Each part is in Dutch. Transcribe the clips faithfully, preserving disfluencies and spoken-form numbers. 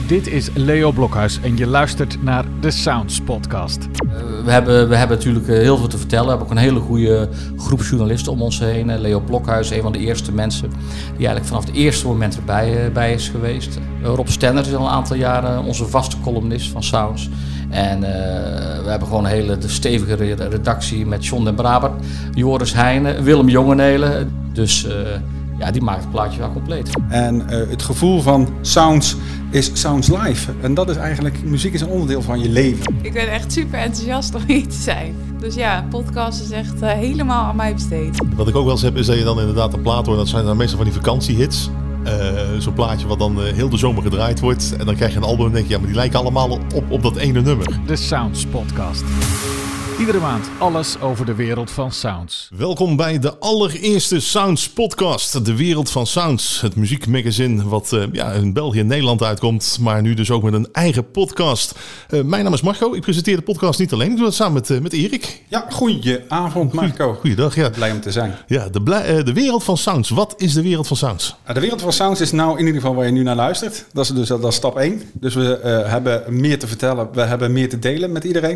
Dit is Leo Blokhuis en je luistert naar de Sounds podcast. Uh, we, hebben, we hebben natuurlijk heel veel te vertellen. We hebben ook een hele goede groep journalisten om ons heen. Leo Blokhuis, een van de eerste mensen die eigenlijk vanaf het eerste moment erbij uh, bij is geweest. Uh, Rob Stender is al een aantal jaren onze vaste columnist van Sounds. En uh, we hebben gewoon een hele de stevige redactie met John den Braber, Joris Heijnen, Willem Jongenelen. Dus uh, ja, die maakt het plaatje wel compleet. En uh, het gevoel van Sounds is Sounds live. En dat is eigenlijk, muziek is een onderdeel van je leven. Ik ben echt super enthousiast om hier te zijn. Dus ja, podcast is echt uh, helemaal aan mij besteed. Wat ik ook wel eens heb, is dat je dan inderdaad een plaat hoort. Dat zijn dan meestal van die vakantiehits. Uh, zo'n plaatje wat dan uh, heel de zomer gedraaid wordt. En dan krijg je een album en denk je, ja, maar die lijken allemaal op, op dat ene nummer. De Sounds podcast. Iedere maand alles over de wereld van sounds. Welkom bij de allereerste Sounds podcast. De wereld van sounds. Het muziekmagazine wat uh, ja, in België en Nederland uitkomt. Maar nu dus ook met een eigen podcast. Uh, mijn naam is Marco. Ik presenteer de podcast niet alleen. Ik doe dat samen met, uh, met Erik. Ja, goedenavond Marco. Goeiedag. Ja. Blij om te zijn. Ja, de, blij, uh, de wereld van sounds. Wat is de wereld van sounds? Uh, de wereld van sounds is nou in ieder geval waar je nu naar luistert. Dat is dus dat is stap één. Dus we uh, hebben meer te vertellen. We hebben meer te delen met iedereen.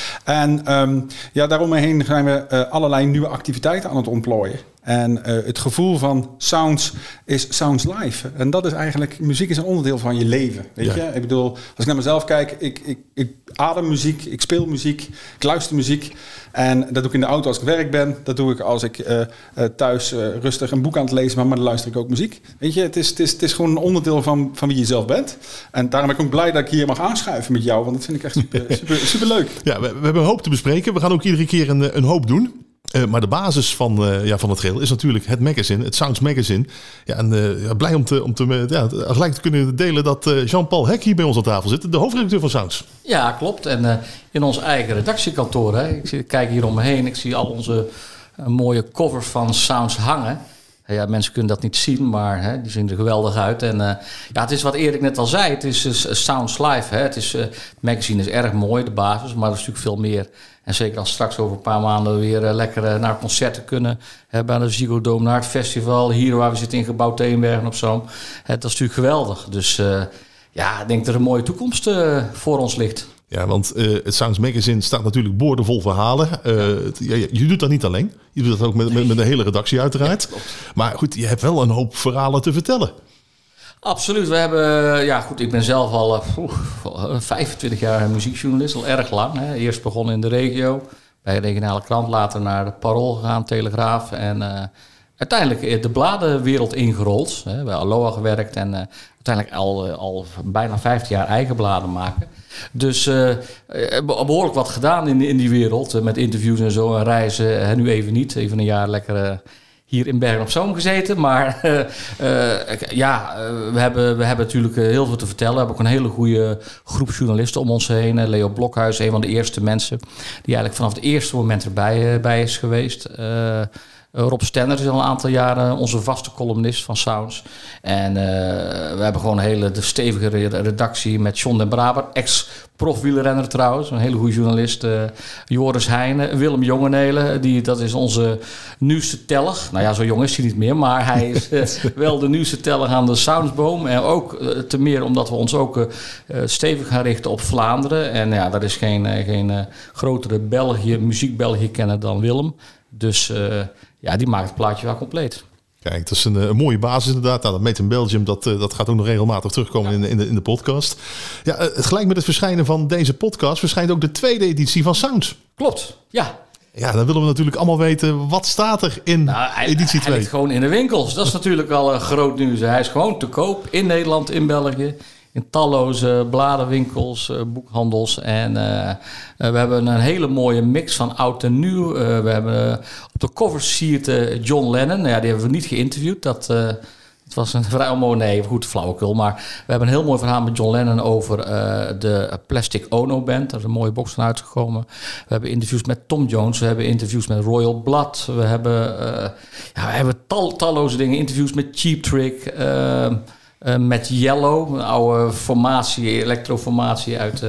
En Um, Ja, daaromheen zijn we uh, allerlei nieuwe activiteiten aan het ontplooien. En uh, het gevoel van Sounds is Sounds live. En dat is eigenlijk, muziek is een onderdeel van je leven. Weet ja. je? Ik bedoel, als ik naar mezelf kijk, ik, ik, ik adem muziek, ik speel muziek, ik luister muziek. En dat doe ik in de auto als ik werk ben. Dat doe ik als ik uh, uh, thuis uh, rustig een boek aan het lezen ben, maar dan luister ik ook muziek. Weet je, het is, het is, het is gewoon een onderdeel van, van wie je zelf bent. En daarom ben ik ook blij dat ik hier mag aanschuiven met jou, want dat vind ik echt super, super, super leuk. Ja, we, we hebben een hoop te bespreken. We gaan ook iedere keer een, een hoop doen. Uh, maar de basis van, uh, ja, van het geheel is natuurlijk het magazine, het Sounds Magazine. Ja, en uh, ja, blij om, te, om te, ja, gelijk te kunnen delen dat uh, Jean-Paul Hek hier bij ons aan tafel zit, de hoofdredacteur van Sounds. Ja, klopt. En uh, in ons eigen redactiekantoor, hè. Ik, zie, ik kijk hier om me heen, ik zie al onze uh, mooie covers van Sounds hangen. Ja, mensen kunnen dat niet zien, maar hè, die zien er geweldig uit. En uh, ja, het is wat Erik net al zei, het is uh, Sounds live. Hè. Het is, uh, het magazine is erg mooi, de basis, maar er is natuurlijk veel meer. En zeker als straks over een paar maanden weer uh, lekker uh, naar concerten kunnen. Hè, bij de Ziggo Dome, naar het festival, hier waar we zitten in Gebouw Teenbergen of zo. Hè, dat is natuurlijk geweldig. Dus uh, ja, ik denk dat er een mooie toekomst uh, voor ons ligt. Ja, want uh, het Sounds Magazine staat natuurlijk boordevol verhalen. Uh, ja, je, je doet dat niet alleen. Je doet dat ook met, met, met de hele redactie uiteraard. Ja, maar goed, je hebt wel een hoop verhalen te vertellen. Absoluut. We hebben, ja goed, ik ben zelf al uh, vijfentwintig jaar muziekjournalist, al erg lang. Hè. Eerst begonnen in de regio, bij een regionale krant, later naar de Parool gegaan, Telegraaf. En uh, uiteindelijk de bladenwereld ingerold. Hè. Bij Aloha gewerkt en uh, uiteindelijk al, al bijna vijftien jaar eigen bladen maken. Dus uh, behoorlijk wat gedaan in, in die wereld, uh, met interviews en zo en reizen. Uh, nu even niet, even een jaar lekker uh, hier in Bergen op Zoom gezeten. Maar uh, uh, ja, uh, we, hebben, we hebben natuurlijk uh, heel veel te vertellen. We hebben ook een hele goede groep journalisten om ons heen. Uh, Leo Blokhuis, een van de eerste mensen die eigenlijk vanaf het eerste moment erbij uh, bij is geweest. Uh, Rob Stender is al een aantal jaren onze vaste columnist van Sounds. En uh, we hebben gewoon een hele de stevige redactie met John den Braber, ex-profwielrenner trouwens, een hele goede journalist. Uh, Joris Heijnen, Willem Jongenelen, die, dat is onze nieuwste teller. Nou ja, zo jong is hij niet meer, maar hij is uh, wel de nieuwste teller aan de Soundsboom. En ook uh, te meer omdat we ons ook uh, stevig gaan richten op Vlaanderen. En ja, dat is geen, uh, geen uh, grotere België, muziek België kennen dan Willem. Dus uh, ja, die maakt het plaatje wel compleet. Kijk, dat is een, een mooie basis inderdaad. Nou, dat Made in Belgium, dat, dat gaat ook nog regelmatig terugkomen ja. in, in, de, in de podcast. Ja, uh, gelijk met het verschijnen van deze podcast verschijnt ook de tweede editie van Sounds. Klopt, ja. Ja, dan willen we natuurlijk allemaal weten, wat staat er in nou, hij, editie twee? Hij ligt gewoon in de winkels. Dat is natuurlijk al uh, groot nieuws. Hij is gewoon te koop in Nederland, in België. In talloze bladenwinkels, uh, boekhandels. En uh, uh, we hebben een hele mooie mix van oud en nieuw. Uh, we hebben uh, op de cover siert uh, John Lennon. Nou ja, die hebben we niet geïnterviewd. Dat, uh, het was een vrij mooi, nee, goed flauwekul. Maar we hebben een heel mooi verhaal met John Lennon over uh, de Plastic Ono Band. Daar is een mooie box van uitgekomen. We hebben interviews met Tom Jones. We hebben interviews met Royal Blood. We hebben, uh, ja, we hebben tal, talloze dingen. Interviews met Cheap Trick. Uh, Uh, met Yellow, een oude formatie, elektroformatie uit, uh,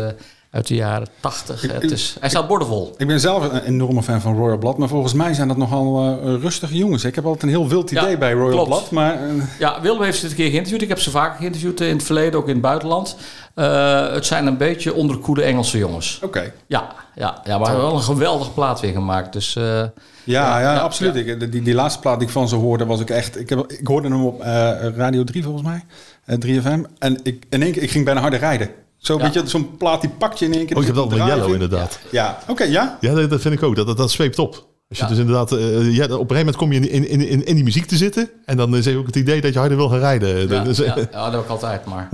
uit de jaren tachtig. Het is, hij staat bordenvol. Ik ben zelf een enorme fan van Royal Blood, maar volgens mij zijn dat nogal uh, rustige jongens. Ik heb altijd een heel wild idee ja, bij Royal klopt. Blood. Maar, uh... Ja, Willem heeft ze dit keer geïnterviewd. Ik heb ze vaker geïnterviewd in het verleden, ook in het buitenland. Uh, het zijn een beetje onderkoede Engelse jongens. Oké. Okay. Ja, ja, ja, maar wel een geweldige plaat weer gemaakt. Dus, uh, ja, ja, ja, absoluut. Ja. Ik, die, die laatste plaat die ik van ze hoorde, was ik echt... Ik, heb, ik hoorde hem op uh, Radio drie volgens mij, uh, drie F M. En ik, in één keer, ik ging bijna harder rijden. Zo, ja. weet je, zo'n plaat die pak je in één keer. Oh, je hebt altijd een Yellow inderdaad. Ja, ja. oké, okay, ja? Ja, dat, dat vind ik ook. Dat, dat, dat zweept op. Als je ja. dus inderdaad, uh, ja, op een gegeven moment kom je in, in, in, in die muziek te zitten. En dan is er ook het idee dat je harder wil gaan rijden. Ja, dus, ja, ja dat doe ik altijd, maar...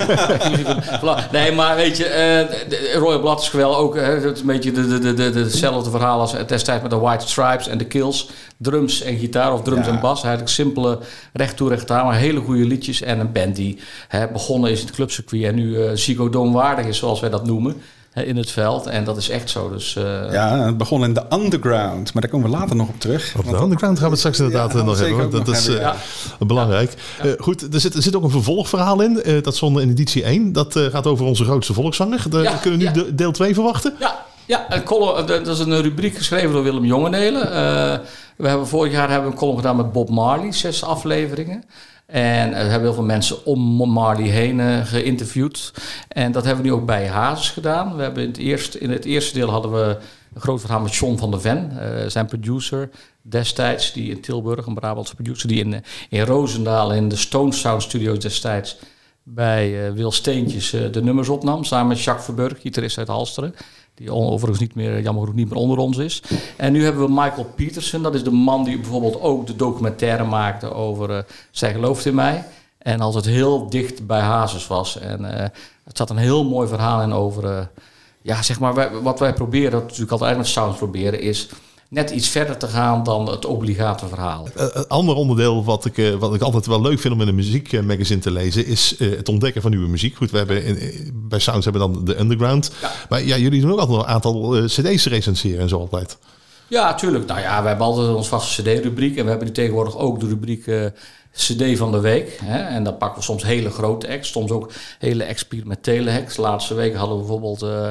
nee, maar weet je, uh, Royal Blood is geweldig ook. Uh, het is een beetje de, de, de, de, hetzelfde verhaal als destijds met de White Stripes en de Kills. Drums en gitaar of drums ja. en bas. Eigenlijk simpele recht toe recht aan, maar hele goede liedjes. En een band die hè, begonnen is in het clubcircuit en nu uh, Ziggo Dome waardig is, zoals wij dat noemen. In het veld. En dat is echt zo. Dus, uh... ja, het begon in de underground. Maar daar komen we later nog op terug. Op de underground gaan we het straks inderdaad ja, nog hebben. Dat nog is hebben, uh, ja. belangrijk. Ja. Uh, goed, er zit, er zit ook een vervolgverhaal in. Uh, dat stond in editie één. Dat uh, gaat over onze grootste volkszanger. De, ja, kunnen we nu ja. de, deel twee verwachten? Ja, ja een column, dat is een rubriek geschreven door Willem Jongenelen. Uh, we hebben vorig jaar hebben we een column gedaan met Bob Marley. Zes afleveringen. En er hebben heel veel mensen om Marley heen uh, geïnterviewd. En dat hebben we nu ook bij Hazes gedaan. We hebben in, het eerste, in het eerste deel hadden we een groot verhaal met John van der Ven. Uh, zijn producer destijds, die in Tilburg, een Brabantse producer... die in, in Roosendaal in de Stone Sound Studios destijds... bij uh, Wil Steentjes uh, de nummers opnam. Samen met Jacques Verburg, gitarist uit Halsteren. Die overigens niet meer, jammer genoeg niet meer onder ons is. En nu hebben we Michael Peterson. Dat is de man die bijvoorbeeld ook de documentaire maakte over uh, Zij gelooft in mij. En altijd heel dicht bij Hazes was. En uh, het zat een heel mooi verhaal in over... Uh, ja, zeg maar, wij, wat wij proberen, dat natuurlijk altijd met sounds proberen, is... net iets verder te gaan dan het obligate verhaal. Een ander onderdeel wat ik, uh, wat ik altijd wel leuk vind om in een muziekmagazine te lezen... is uh, het ontdekken van nieuwe muziek. Goed, we hebben in, bij Sounds hebben we dan de underground. Ja. Maar ja, jullie doen ook altijd een aantal uh, cd's te recenseren en zo altijd. Ja, tuurlijk. Nou ja, we hebben altijd onze vaste cd-rubriek. En we hebben nu tegenwoordig ook de rubriek... Uh, cd van de week. Hè? En dan pakken we soms hele grote acts, soms ook hele experimentele acts. Laatste week hadden we bijvoorbeeld uh,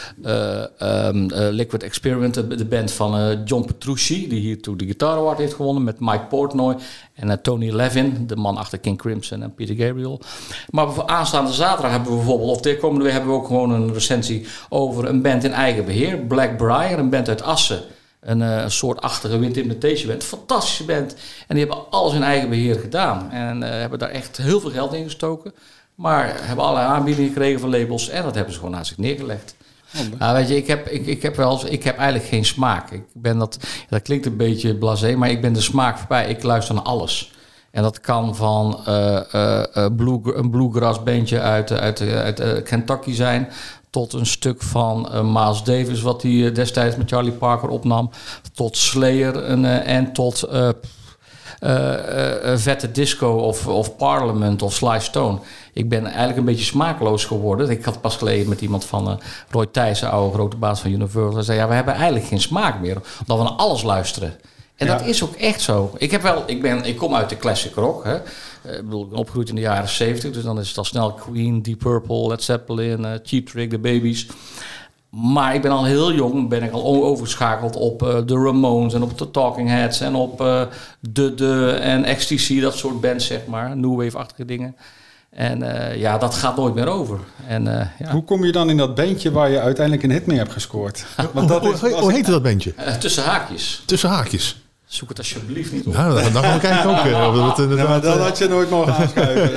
uh, um, uh, Liquid Experiment, de, de band van uh, John Petrucci, die hier toen de Guitar Award heeft gewonnen, met Mike Portnoy en uh, Tony Levin, de man achter King Crimson en Peter Gabriel. Maar voor aanstaande zaterdag hebben we bijvoorbeeld, of de komende week hebben we ook gewoon een recensie over een band in eigen beheer, Black Briar, een band uit Assen. Een uh, soortachtige Wind Imitation band. Fantastische band. En die hebben alles in eigen beheer gedaan. En uh, hebben daar echt heel veel geld in gestoken. Maar hebben allerlei aanbiedingen gekregen van labels. En dat hebben ze gewoon naast zich neergelegd. Oh, nou, weet je, ik heb, ik, ik, heb wel, ik heb eigenlijk geen smaak. Ik ben dat, dat klinkt een beetje blasé, maar ik ben de smaak voorbij. Ik luister naar alles. En dat kan van uh, uh, uh, blue, een bluegrass bandje uit, uit, uit uh, Kentucky zijn... tot een stuk van uh, Miles Davis, wat hij uh, destijds met Charlie Parker opnam... tot Slayer en, uh, en tot uh, uh, uh, vette disco of, of Parliament of Sly Stone. Ik ben eigenlijk een beetje smakeloos geworden. Ik had pas geleden met iemand van uh, Roy Thijssen, oude grote baas van Universal. Hij zei, ja, we hebben eigenlijk geen smaak meer, omdat we naar alles luisteren. En ja. dat is ook echt zo. Ik, heb wel, ik, ben, ik kom uit de classic rock. Hè. Ik bedoel, ik ben opgegroeid in de jaren zeventig. Dus dan is het al snel Queen, Deep Purple, Led Zeppelin, uh, Cheap Trick, The Babies. Maar ik ben al heel jong, ben ik al overgeschakeld op uh, de Ramones en op de Talking Heads en op uh, de de en X T C, dat soort bands, zeg maar. New Wave-achtige dingen. En uh, ja, dat gaat nooit meer over. En, uh, ja. Hoe kom je dan in dat bandje waar je uiteindelijk een hit mee hebt gescoord? Want dat is, hoe hoe heette dat bandje? Uh, tussen haakjes. Tussen haakjes. Zoek het alsjeblieft niet op. Ja, dan gaan we kijken ook. Uh, dat ja, maar dan had je nooit mogen aanschuiven.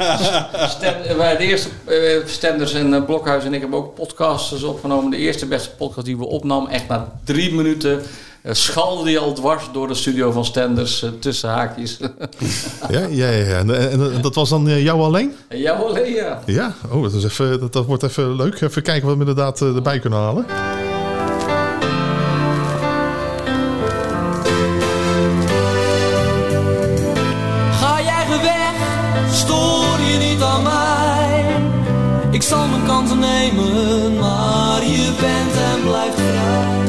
Ja. Stem, wij de eerste uh, Stenders en uh, Blokhuis en ik hebben ook podcasts opgenomen. De eerste beste podcast die we opnamen. Echt na drie minuten uh, schalde die al dwars door de studio van Stenders uh, tussen haakjes. ja, ja, ja. En, en, en dat was dan uh, jou alleen? Jou alleen, ja. Ja, oh, dat, is even, dat, dat wordt even leuk. Even kijken wat we inderdaad uh, erbij kunnen halen. Ik zal mijn kansen nemen, maar je bent en blijft vrij.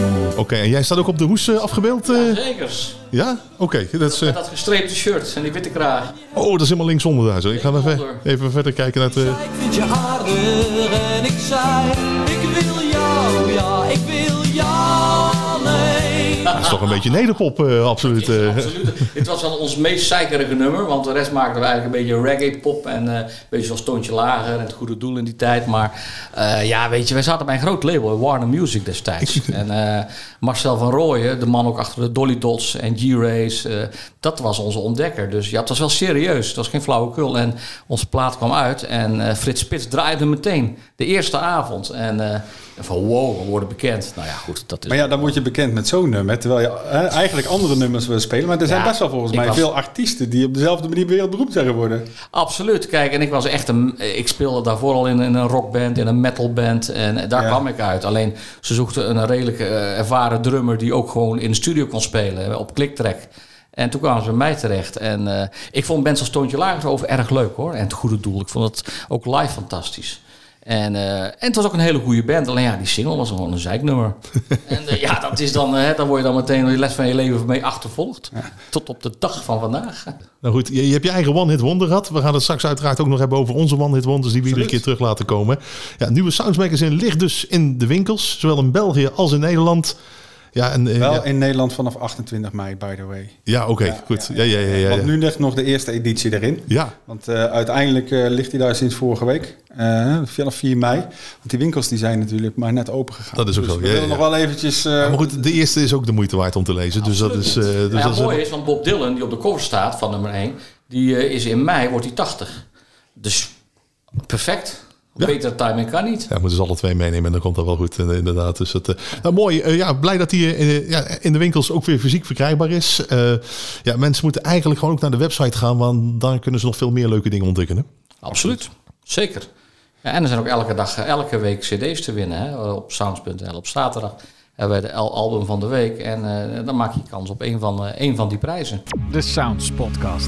okay. En jij staat ook op de hoes uh, afgebeeld? Uh... Ja, zekers. Ja? Oké. Okay. Dat is, uh... Met dat gestreepte shirt en die witte kraag. Oh, dat is helemaal linksonder daar zo. Ik ga even, even verder kijken naar het... Uh... Ik vind je aardig en ik zei, ik wil jou, ja, ik wil jou, nee. Dat is toch een beetje nederpop, uh, absoluut. Uh. Absoluut. Dit was wel ons meest zeikerige nummer, want de rest maakten we eigenlijk een beetje reggae-pop en uh, een beetje zoals Toontje Lager en Het Goede Doel in die tijd. Maar uh, ja, weet je, wij zaten bij een groot label, Warner Music destijds. en uh, Marcel van Rooyen, de man ook achter de Dolly Dots en G-Rays, uh, dat was onze ontdekker. Dus ja, het was wel serieus, het was geen flauwekul. En onze plaat kwam uit en uh, Frits Spits draaide meteen de eerste avond. En uh, van wow, we worden bekend. Nou ja, goed, dat is... Maar ja, dan word je bekend met zo'n nummer, terwijl je eh, eigenlijk andere nummers wil spelen. Maar er zijn ja, best wel volgens mij was... veel artiesten die op dezelfde manier wereldberoemd zijn geworden. Absoluut. Kijk, en ik was echt een... Ik speelde daarvoor al in, in een rockband, in een metalband. En daar ja. kwam ik uit. Alleen, ze zochten een redelijk uh, ervaren drummer die ook gewoon in de studio kon spelen, op clicktrack. En toen kwamen ze bij mij terecht. En uh, ik vond bands als Toontje Lager over erg leuk hoor. En Het Goede Doel. Ik vond het ook live fantastisch. En, uh, en het was ook een hele goede band. Alleen ja, die single was gewoon een zeiknummer. en uh, ja, dat is dan, uh, dan word je dan meteen de les van je leven mee achtervolgd. Ja. Tot op de dag van vandaag. Nou goed, je, je hebt je eigen One Hit Wonder gehad. We gaan het straks uiteraard ook nog hebben over onze One Hit Wonders die we iedere keer terug laten komen. Ja, nieuwe Sounds Magazine ligt dus in de winkels. Zowel in België als in Nederland. Ja, en, uh, Wel ja. in Nederland vanaf achtentwintig mei, by the way. Ja, oké, okay, ja, goed. Ja, ja, ja, ja, ja. Want nu ligt nog de eerste editie erin. Ja. Want uh, uiteindelijk uh, ligt hij daar sinds vorige week. Uh, vanaf vier mei. Want die winkels die zijn natuurlijk maar net open gegaan. Dat is ook dus zo. we ja, willen ja. nog wel eventjes... Uh, ja, maar goed, de eerste is ook de moeite waard om te lezen. Dus dat is... Uh, dus ja, dat is mooi is, want Bob Dylan, die op de cover staat van nummer één... die uh, is in mei, wordt hij tachtig. Dus perfect. Ja. Beter timing kan niet. Ja, moeten ze alle twee meenemen en dan komt dat wel goed, inderdaad. Dus het, uh, nou, mooi. Uh, ja, blij dat die uh, ja, in de winkels ook weer fysiek verkrijgbaar is. Uh, ja, mensen moeten eigenlijk gewoon ook naar de website gaan, want dan kunnen ze nog veel meer leuke dingen ontdekken. Absoluut, Absoluut. Zeker. Ja, en er zijn ook elke dag, elke week cd's te winnen hè, op sounds punt n l. Op zaterdag hebben we de album van de week en uh, dan maak je kans op een van, uh, een van die prijzen. De Sounds Podcast.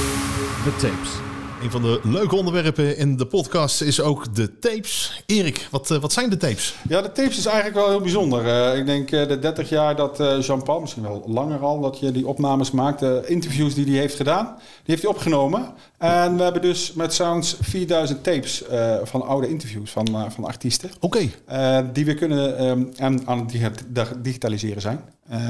De tapes. Een van de leuke onderwerpen in de podcast is ook de tapes. Erik, wat, uh, wat zijn de tapes? Ja, de tapes is eigenlijk wel heel bijzonder. Uh, ik denk uh, de dertig jaar dat uh, Jean-Paul, misschien wel langer al, dat je die opnames maakt. De interviews die hij heeft gedaan, die heeft hij opgenomen. En we hebben dus met Sounds vierduizend tapes uh, van oude interviews van, uh, van artiesten. Oké. Okay. Uh, die we kunnen um, aan, aan het digitaliseren zijn. Uh,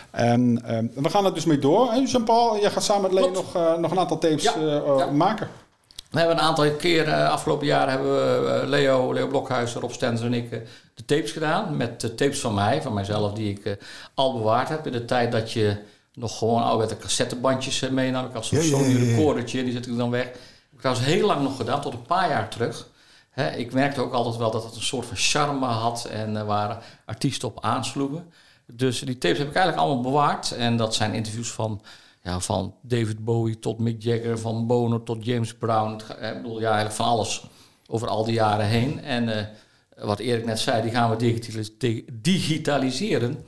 en uh, we gaan er dus mee door. Hey, Jean-Paul, jij gaat samen met Leo nog, uh, nog een aantal tapes ja. uh, uh, ja. maken. We hebben een aantal keer, uh, afgelopen jaren hebben we uh, Leo, Leo Blokhuizen, Rob Stens en ik uh, de tapes gedaan. Met de tapes van mij, van mijzelf, die ik uh, al bewaard heb. In de tijd dat je nog gewoon oude cassettebandjes uh, meenam. Ik had zo'n ja, Sony ja, ja, ja. recordertje, die zet ik dan weg. Dat heb ik trouwens heel lang nog gedaan, tot een paar jaar terug. Hè, ik merkte ook altijd wel dat het een soort van charme had en uh, waar artiesten op aansloegen. Dus die tapes heb ik eigenlijk allemaal bewaard. En dat zijn interviews van... Ja, van David Bowie tot Mick Jagger, van Bono tot James Brown. Ik bedoel, ja, eigenlijk van alles over al die jaren heen. En uh, wat Erik net zei, die gaan we digitalis- digitaliseren.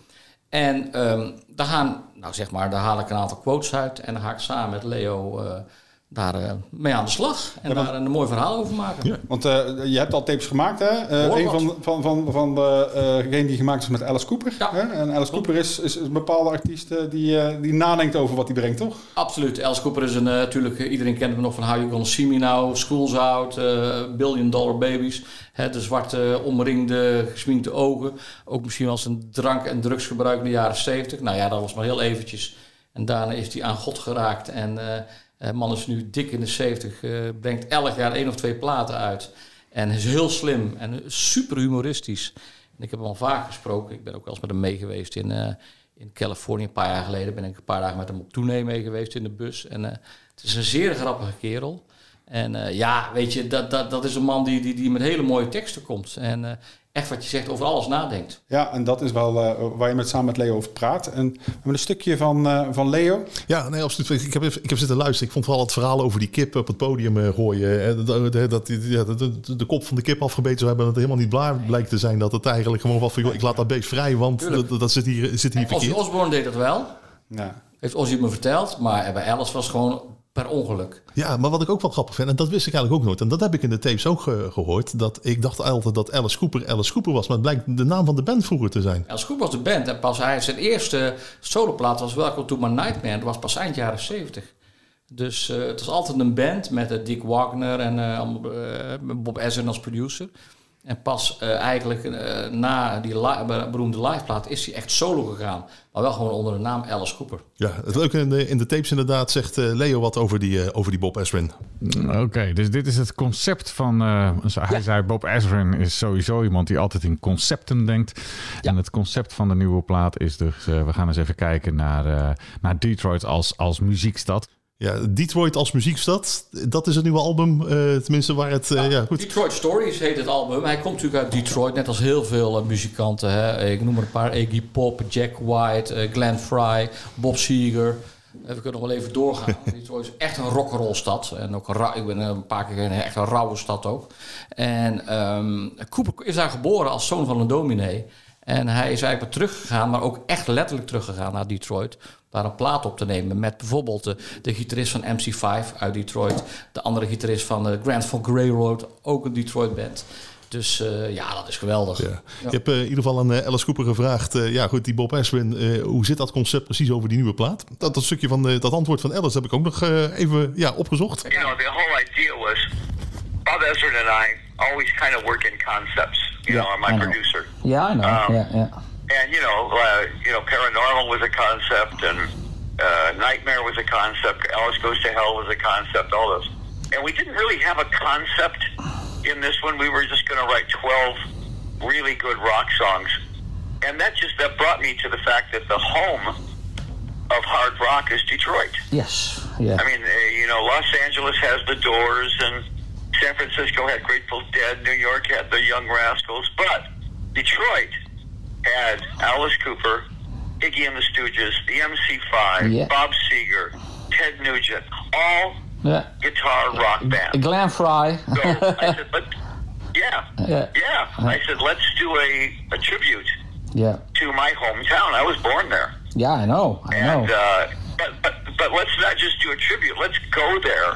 En um, daar gaan, nou zeg maar, daar haal ik een aantal quotes uit. En dan ga ik samen met Leo uh, daar uh, mee aan de slag. En ja, daar een mooi verhaal over maken. Ja, want uh, je hebt al tapes gemaakt, hè? Uh, een van, van, van, van degenen uh, die gemaakt is met Alice Cooper. Ja. Hè? En Alice Cooper is, is een bepaalde artiest uh, die, uh, die nadenkt over wat hij brengt, toch? Absoluut. Alice Cooper is een, uh, natuurlijk, uh, iedereen kent hem nog van How You Gonna See Me Now, School's Out, uh, Billion Dollar Babies. Hè, de zwarte, omringde, gesminkte ogen. Ook misschien wel eens een drank- en drugsgebruik in de jaren zeventig. Nou ja, dat was maar heel eventjes. En daarna is hij aan God geraakt en... Uh, De man is nu dik in de zeventig, uh, brengt elk jaar één of twee platen uit. En is heel slim en super humoristisch. En ik heb hem al vaak gesproken. Ik ben ook wel eens met hem mee geweest in, uh, in Californië. Een paar jaar geleden ben ik een paar dagen met hem op tournee mee geweest in de bus. En uh, het is een zeer grappige kerel. En uh, ja, weet je, dat, dat, dat is een man die, die, die met hele mooie teksten komt. En uh, echt wat je zegt, over alles nadenkt. Ja, en dat is wel uh, waar je met, samen met Leo over praat. En we hebben een stukje van, uh, van Leo. Ja, nee, absoluut. Ik heb, ik heb zitten luisteren. Ik vond vooral het verhaal over die kip op het podium uh, gooien. Dat, dat, dat ja, de, de, de kop van de kip afgebeten zou hebben. Dat het helemaal niet blaar blijkt te zijn. Dat het eigenlijk gewoon was van, joh, ik laat dat beest vrij, want dat, dat zit hier, zit hier verkeerd. Ozzy Osbourne deed dat wel. Ja. Heeft Ozzy me verteld. Maar bij Alice was gewoon per ongeluk. Ja, maar wat ik ook wel grappig vind, en dat wist ik eigenlijk ook nooit, en dat heb ik in de tapes ook ge- gehoord, dat ik dacht altijd dat Alice Cooper Alice Cooper was, maar het blijkt de naam van de band vroeger te zijn. Alice Cooper was de band en pas hij, zijn eerste soloplaat was Welcome to My Nightmare. Dat was pas eind jaren zeventig. Dus uh, het was altijd een band met uh, Dick Wagner en uh, uh, Bob Ezrin als producer. En pas uh, eigenlijk uh, na die li- beroemde liveplaat is hij echt solo gegaan. Maar wel gewoon onder de naam Alice Cooper. Ja, het leuke in de, in de tapes inderdaad zegt uh, Leo wat over die, uh, over die Bob Ezrin. Oké, okay, dus dit is het concept van... Uh, hij ja. zei, Bob Ezrin is sowieso iemand die altijd in concepten denkt. Ja. En het concept van de nieuwe plaat is dus... Uh, we gaan eens even kijken naar, uh, naar Detroit als, als muziekstad. Ja, Detroit als muziekstad, dat is het nieuwe album, uh, tenminste waar het... Uh, ja, ja, goed. Detroit Stories heet het album. Hij komt natuurlijk uit Detroit, net als heel veel uh, muzikanten. Hè. Ik noem er een paar, Iggy Pop, Jack White, uh, Glenn Frey, Bob Seger. Uh, we kunnen nog wel even doorgaan. Detroit is echt een rock'n'roll stad. En ook een ra- ik ben een paar keer echt een rauwe stad ook. En um, Cooper is daar geboren als zoon van een dominee. En hij is eigenlijk weer teruggegaan, maar ook echt letterlijk teruggegaan naar Detroit. Daar een plaat op te nemen met bijvoorbeeld de, de gitarist van M C vijf uit Detroit. De andere gitarist van de Grand Funk Railroad, ook een Detroit band. Dus uh, ja, dat is geweldig. Ja. Ja. Ja. Je hebt uh, in ieder geval aan uh, Alice Cooper gevraagd... Uh, ja goed, die Bob Ezrin, uh, hoe zit dat concept precies over die nieuwe plaat? Dat, dat stukje van uh, dat antwoord van Alice heb ik ook nog uh, even ja, opgezocht. You know, the whole idea was... Bob Ezrin and I always kind of work in concepts. You yeah, know, I'm my I know. producer. Yeah, I know. Um, yeah, yeah. And you know, uh, you know, Paranormal was a concept, and uh, Nightmare was a concept. Alice Goes to Hell was a concept. All those, and we didn't really have a concept in this one. We were just going to write twelve really good rock songs, and that just that brought me to the fact that the home of hard rock is Detroit. Yes. Yeah. I mean, uh, you know, Los Angeles has the Doors, and San Francisco had Grateful Dead. New York had the Young Rascals, but Detroit had Alice Cooper, Iggy and the Stooges, the M C five, yeah. Bob Seger, Ted Nugent, all yeah. guitar rock bands. Glenn Frey. So I said, but yeah, yeah, yeah. I said, let's do a, a tribute yeah. to my hometown. I was born there. Yeah, I know. I and, know. Uh, but, but but let's not just do a tribute. Let's go there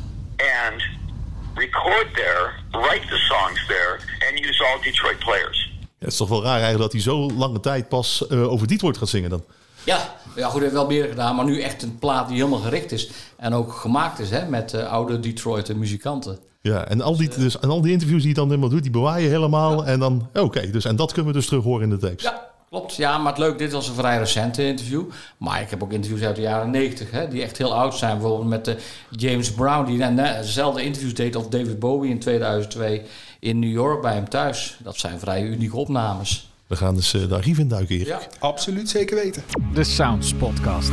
and record there, write the songs there, and use all Detroit players. Ja, het is toch wel raar eigenlijk dat hij zo lange tijd pas uh, over Detroit gaat zingen dan. Ja, ja, goed, hij heeft wel meer gedaan, maar nu echt een plaat die helemaal gericht is. En ook gemaakt is hè, met uh, oude Detroit muzikanten. Ja, en al, die, dus, en al die interviews die hij dan helemaal doet, die bewaar je helemaal. Ja. En dan, oké, okay, dus en dat kunnen we dus terug horen in de tapes. Ja, klopt. Ja, maar het leuk, dit was een vrij recente interview. Maar ik heb ook interviews uit de jaren negentig, hè, die echt heel oud zijn. Bijvoorbeeld met uh, James Brown, die uh, dezelfde interviews deed als David Bowie in tweeduizend twee in New York bij hem thuis. Dat zijn vrij unieke opnames. We gaan dus uh, de archief induiken, Erik. Ja. Absoluut, zeker weten. De Sounds Podcast.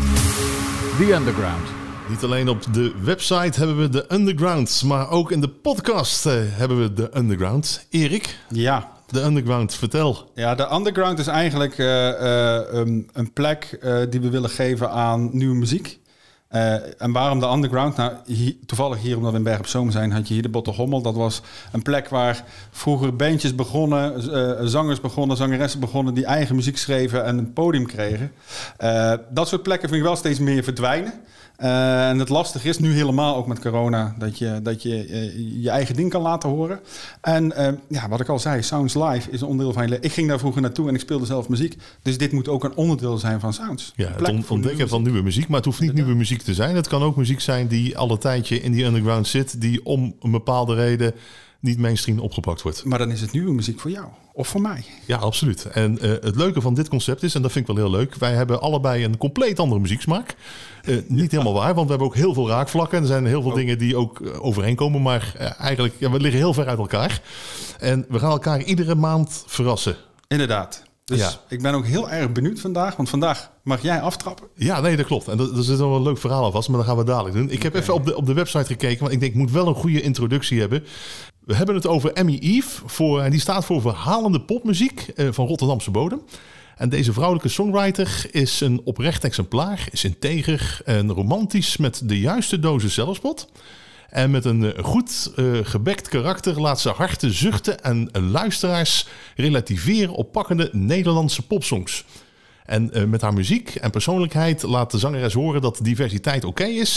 The Underground. Niet alleen op de website hebben we de Underground, maar ook in de podcast uh, hebben we de Underground. Erik? Ja. De Underground, vertel. Ja, de Underground is eigenlijk uh, uh, um, een plek uh, die we willen geven aan nieuwe muziek. Uh, en waarom de Underground? Nou, hier, toevallig hier, omdat we in Bergen op Zoom zijn, had je hier de Bottegommel. Dat was een plek waar vroeger bandjes begonnen, uh, zangers begonnen, zangeressen begonnen, die eigen muziek schreven en een podium kregen. Uh, dat soort plekken vind ik wel steeds meer verdwijnen. Uh, en het lastige is nu helemaal ook met corona dat je dat je, uh, je eigen ding kan laten horen. En uh, ja, wat ik al zei, Sounds Live is een onderdeel van je leven. Ik ging daar vroeger naartoe en ik speelde zelf muziek. Dus dit moet ook een onderdeel zijn van Sounds. Ja, het on- ontdekken van nieuwe muziek. Maar het hoeft niet nieuwe muziek te zijn. Het kan ook muziek zijn die al een tijdje in die underground zit, die om een bepaalde reden niet mainstream opgepakt wordt. Maar dan is het nieuwe muziek voor jou. Of voor mij. Ja, absoluut. En uh, het leuke van dit concept is, en dat vind ik wel heel leuk, wij hebben allebei een compleet andere muzieksmaak. Uh, niet helemaal waar, want we hebben ook heel veel raakvlakken. Er zijn heel veel oh. dingen die ook uh, overeenkomen, maar uh, eigenlijk, ja, we liggen heel ver uit elkaar. En we gaan elkaar iedere maand verrassen. Inderdaad. Dus ja. Ik ben ook heel erg benieuwd vandaag, want vandaag mag jij aftrappen. Ja, nee, dat klopt. En er zit wel een leuk verhaal aan vast, maar dat gaan we dadelijk doen. Ik heb okay. even op de, op de website gekeken, want ik denk, ik moet wel een goede introductie hebben. We hebben het over Emmy Eve, voor, en die staat voor verhalende popmuziek uh, van Rotterdamse bodem. En deze vrouwelijke songwriter is een oprecht exemplaar, is integer en romantisch met de juiste dosis zelfspot. En met een goed uh, gebekt karakter laat ze harten zuchten en luisteraars relativeren op pakkende Nederlandse popsongs. En uh, met haar muziek en persoonlijkheid laat de zangeres horen dat diversiteit oké okay is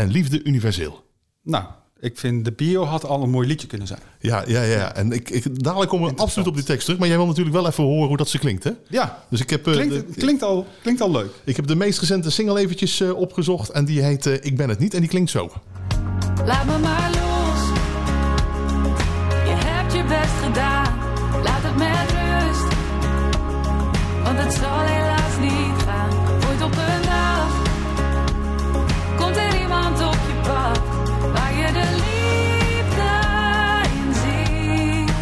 en liefde universeel. Nou, ik vind de bio had al een mooi liedje kunnen zijn. Ja, ja, ja. En ik, ik, dadelijk komen we absoluut op die tekst terug. Maar jij wil natuurlijk wel even horen hoe dat ze klinkt, hè? Ja, dus ik heb, uh, klinkt, de, klinkt, al, klinkt al leuk. Ik heb de meest recente single eventjes uh, opgezocht. En die heet uh, Ik ben het niet. En die klinkt zo. Laat me maar los. Je hebt je best gedaan. Laat het met rust. Want het zal helaas niet gaan. Ooit op een dag komt er iemand op je pad waar je de liefde in ziet.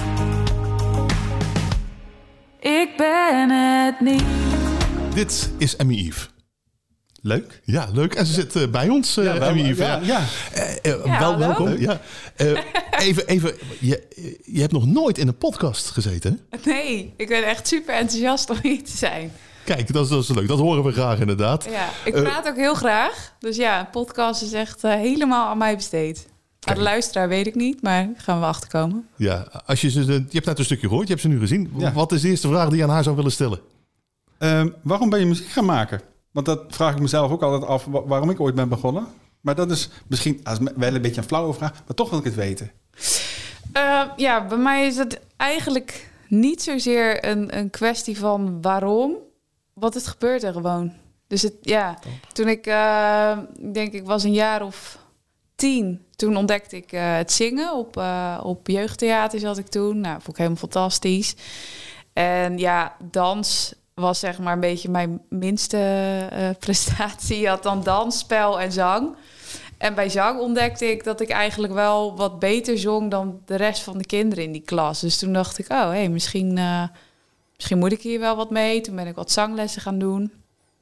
Ik ben het niet. Dit is Emmy Eve. Leuk. Ja, leuk. En ze zit uh, bij ons, uh, ja, wel, Emmy Eve. Ja, ja. Uh, uh, ja, wel wel. welkom. Ja. Uh, even, even je, je hebt nog nooit in een podcast gezeten, hè? Nee, ik ben echt super enthousiast om hier te zijn. Kijk, dat is, dat is leuk. Dat horen we graag inderdaad. Ja, ik praat uh, ook heel graag. Dus ja, een podcast is echt uh, helemaal aan mij besteed. Aan de luisteraar weet ik niet, maar daar gaan we achterkomen. Ja, als je, ze, je hebt net een stukje gehoord, je hebt ze nu gezien. Ja. Wat is de eerste vraag die je aan haar zou willen stellen? Uh, waarom ben je muziek gaan maken? Want dat vraag ik mezelf ook altijd af, waarom ik ooit ben begonnen. Maar dat is misschien als wel een beetje een flauwe vraag, maar toch wil ik het weten. Uh, ja, bij mij is het eigenlijk niet zozeer een, een kwestie van waarom. Wat het gebeurt er gewoon. Dus het, ja, toen ik, uh, ik denk ik was een jaar of tien, toen ontdekte ik uh, het zingen op, uh, op jeugdtheater zat ik toen. Nou, vond ik helemaal fantastisch. En ja, dans was zeg maar een beetje mijn minste uh, prestatie. Je had dan dans, spel en zang. En bij zang ontdekte ik dat ik eigenlijk wel wat beter zong dan de rest van de kinderen in die klas. Dus toen dacht ik, oh, hé, hey, misschien, uh, misschien moet ik hier wel wat mee. Toen ben ik wat zanglessen gaan doen.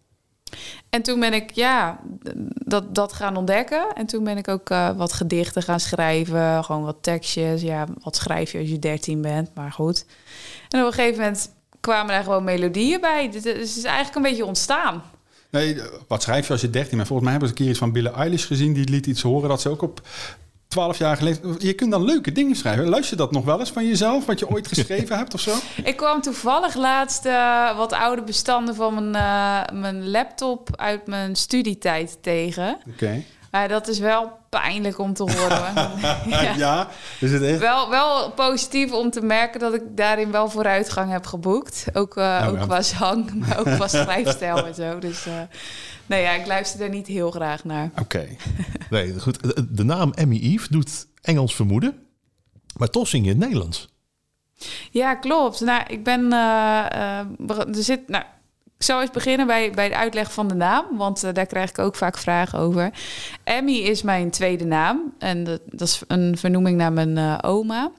En toen ben ik, ja, dat, dat gaan ontdekken. En toen ben ik ook uh, wat gedichten gaan schrijven. Gewoon wat tekstjes. Ja, wat schrijf je als je dertien bent, maar goed. En op een gegeven moment kwamen daar gewoon melodieën bij. Dus het is eigenlijk een beetje ontstaan. Nee, wat schrijf je als je dertien bent? Volgens mij hebben ze een keer iets van Billie Eilish gezien. Die liet iets horen dat ze ook op twaalf jaar geleden... Je kunt dan leuke dingen schrijven. Luister je dat nog wel eens van jezelf? Wat je ooit geschreven hebt of zo? Ik kwam toevallig laatst uh, wat oude bestanden van mijn, uh, mijn laptop uit mijn studietijd tegen. Oké. Okay. Maar dat is wel pijnlijk om te horen. ja. ja, is het echt? Wel, wel positief om te merken dat ik daarin wel vooruitgang heb geboekt. Ook, uh, oh, ook ja. qua zang, maar ook qua schrijfstijl en zo. Dus uh, nee, ja, ik luister er niet heel graag naar. Oké. Okay. Nee, goed. De naam Emmy Eve doet Engels vermoeden. Maar toch zing je het Nederlands. Ja, klopt. Nou, ik ben... Uh, uh, er zit... Nou, ik zal eens beginnen bij, bij de uitleg van de naam, want uh, daar krijg ik ook vaak vragen over. Emmy is mijn tweede naam en dat, dat is een vernoeming naar mijn uh, oma.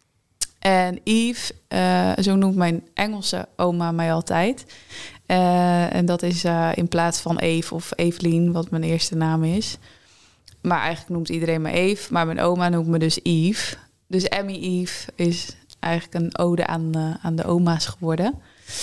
En Eve, uh, zo noemt mijn Engelse oma mij altijd. Uh, en dat is uh, in plaats van Eve of Evelien, wat mijn eerste naam is. Maar eigenlijk noemt iedereen me Eve, maar mijn oma noemt me dus Eve. Dus Emmy Eve is eigenlijk een ode aan, uh, aan de oma's geworden.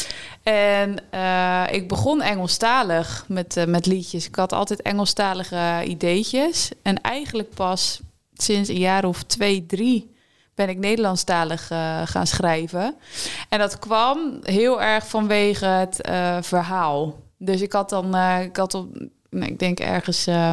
En uh, ik begon Engelstalig met, uh, met liedjes. Ik had altijd Engelstalige ideetjes. En eigenlijk pas sinds een jaar of twee, drie ben ik Nederlandstalig uh, gaan schrijven. En dat kwam heel erg vanwege het uh, verhaal. Dus ik had dan, uh, ik had op, nou, ik denk ergens uh,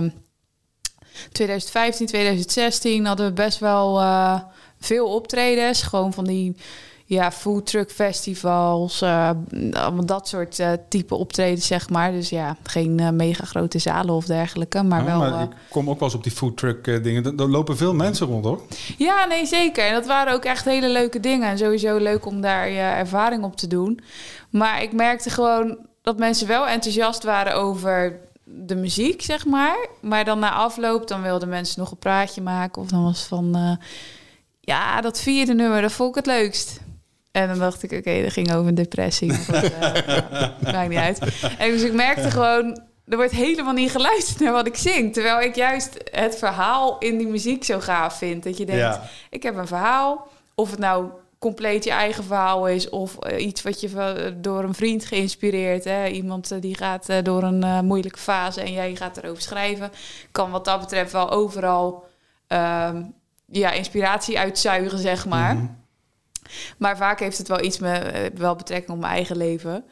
twintig vijftien, twintig zestien hadden we best wel uh, veel optredens. Gewoon van die... Ja, foodtruck festivals, uh, allemaal dat soort uh, type optredens, zeg maar. Dus ja, geen uh, mega grote zalen of dergelijke, maar ja, wel... Maar uh, ik kom ook wel eens op die foodtruck uh, dingen. Daar lopen veel mensen rond, hoor. Ja, nee, zeker. En dat waren ook echt hele leuke dingen. En sowieso leuk om daar je ervaring op te doen. Maar ik merkte gewoon dat mensen wel enthousiast waren over de muziek, zeg maar. Maar dan na afloop, dan wilden mensen nog een praatje maken. Of dan was het van... Uh, ja, dat vierde nummer, dat vond ik het leukst. En dan dacht ik, oké, okay, dat ging over een depressie. Dat uh, maakt niet uit. En dus ik merkte gewoon, er wordt helemaal niet geluisterd naar wat ik zing. Terwijl ik juist het verhaal in die muziek zo gaaf vind. Dat je denkt, ja. ik heb een verhaal. Of het nou compleet je eigen verhaal is. Of uh, iets wat je door een vriend geïnspireerd. Hè? Iemand uh, die gaat uh, door een uh, moeilijke fase en jij gaat erover schrijven. Kan wat dat betreft wel overal uh, ja, inspiratie uitzuigen, zeg maar. Mm-hmm. Maar vaak heeft het wel iets met wel betrekking op mijn eigen leven.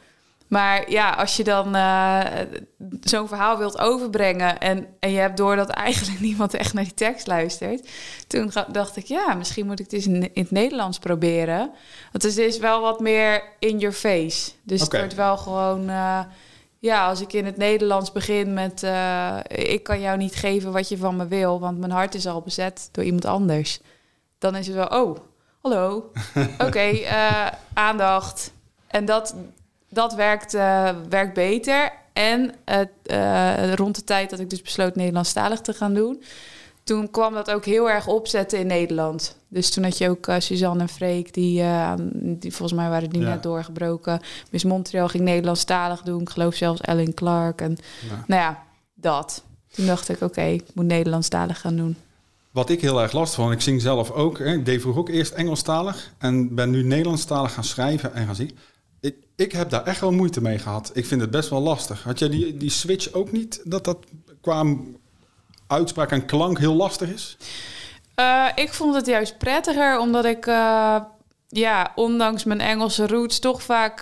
Maar ja, als je dan uh, zo'n verhaal wilt overbrengen... En, en je hebt door dat eigenlijk niemand echt naar die tekst luistert... toen dacht ik, ja, misschien moet ik het eens in, in het Nederlands proberen. Want het is wel wat meer in your face. Dus okay. Het wordt wel gewoon... Uh, ja, als ik in het Nederlands begin met... Uh, ik kan jou niet geven wat je van me wil... want mijn hart is al bezet door iemand anders. Dan is het wel, oh, hallo. Oké, okay, uh, aandacht. En dat... Dat werkt, uh, werkt beter. En uh, uh, rond de tijd dat ik dus besloot Nederlandstalig te gaan doen... toen kwam dat ook heel erg opzetten in Nederland. Dus toen had je ook uh, Suzanne en Freek... Die, uh, die volgens mij waren die ja. net doorgebroken. Miss Montreal ging Nederlandstalig doen. Ik geloof zelfs Ellen Clark. En, ja. Nou ja, dat. Toen dacht ik, oké, okay, ik moet Nederlandstalig gaan doen. Wat ik heel erg lastig vond, ik zing zelf ook... Hè, ik deed vroeger ook eerst Engelstalig... en ben nu Nederlandstalig gaan schrijven en gaan zingen... Ik, ik heb daar echt wel moeite mee gehad. Ik vind het best wel lastig. Had jij die, die switch ook niet? Dat dat qua uitspraak en klank heel lastig is? Uh, ik vond het juist prettiger, omdat ik... Uh, ja, ondanks mijn Engelse roots toch vaak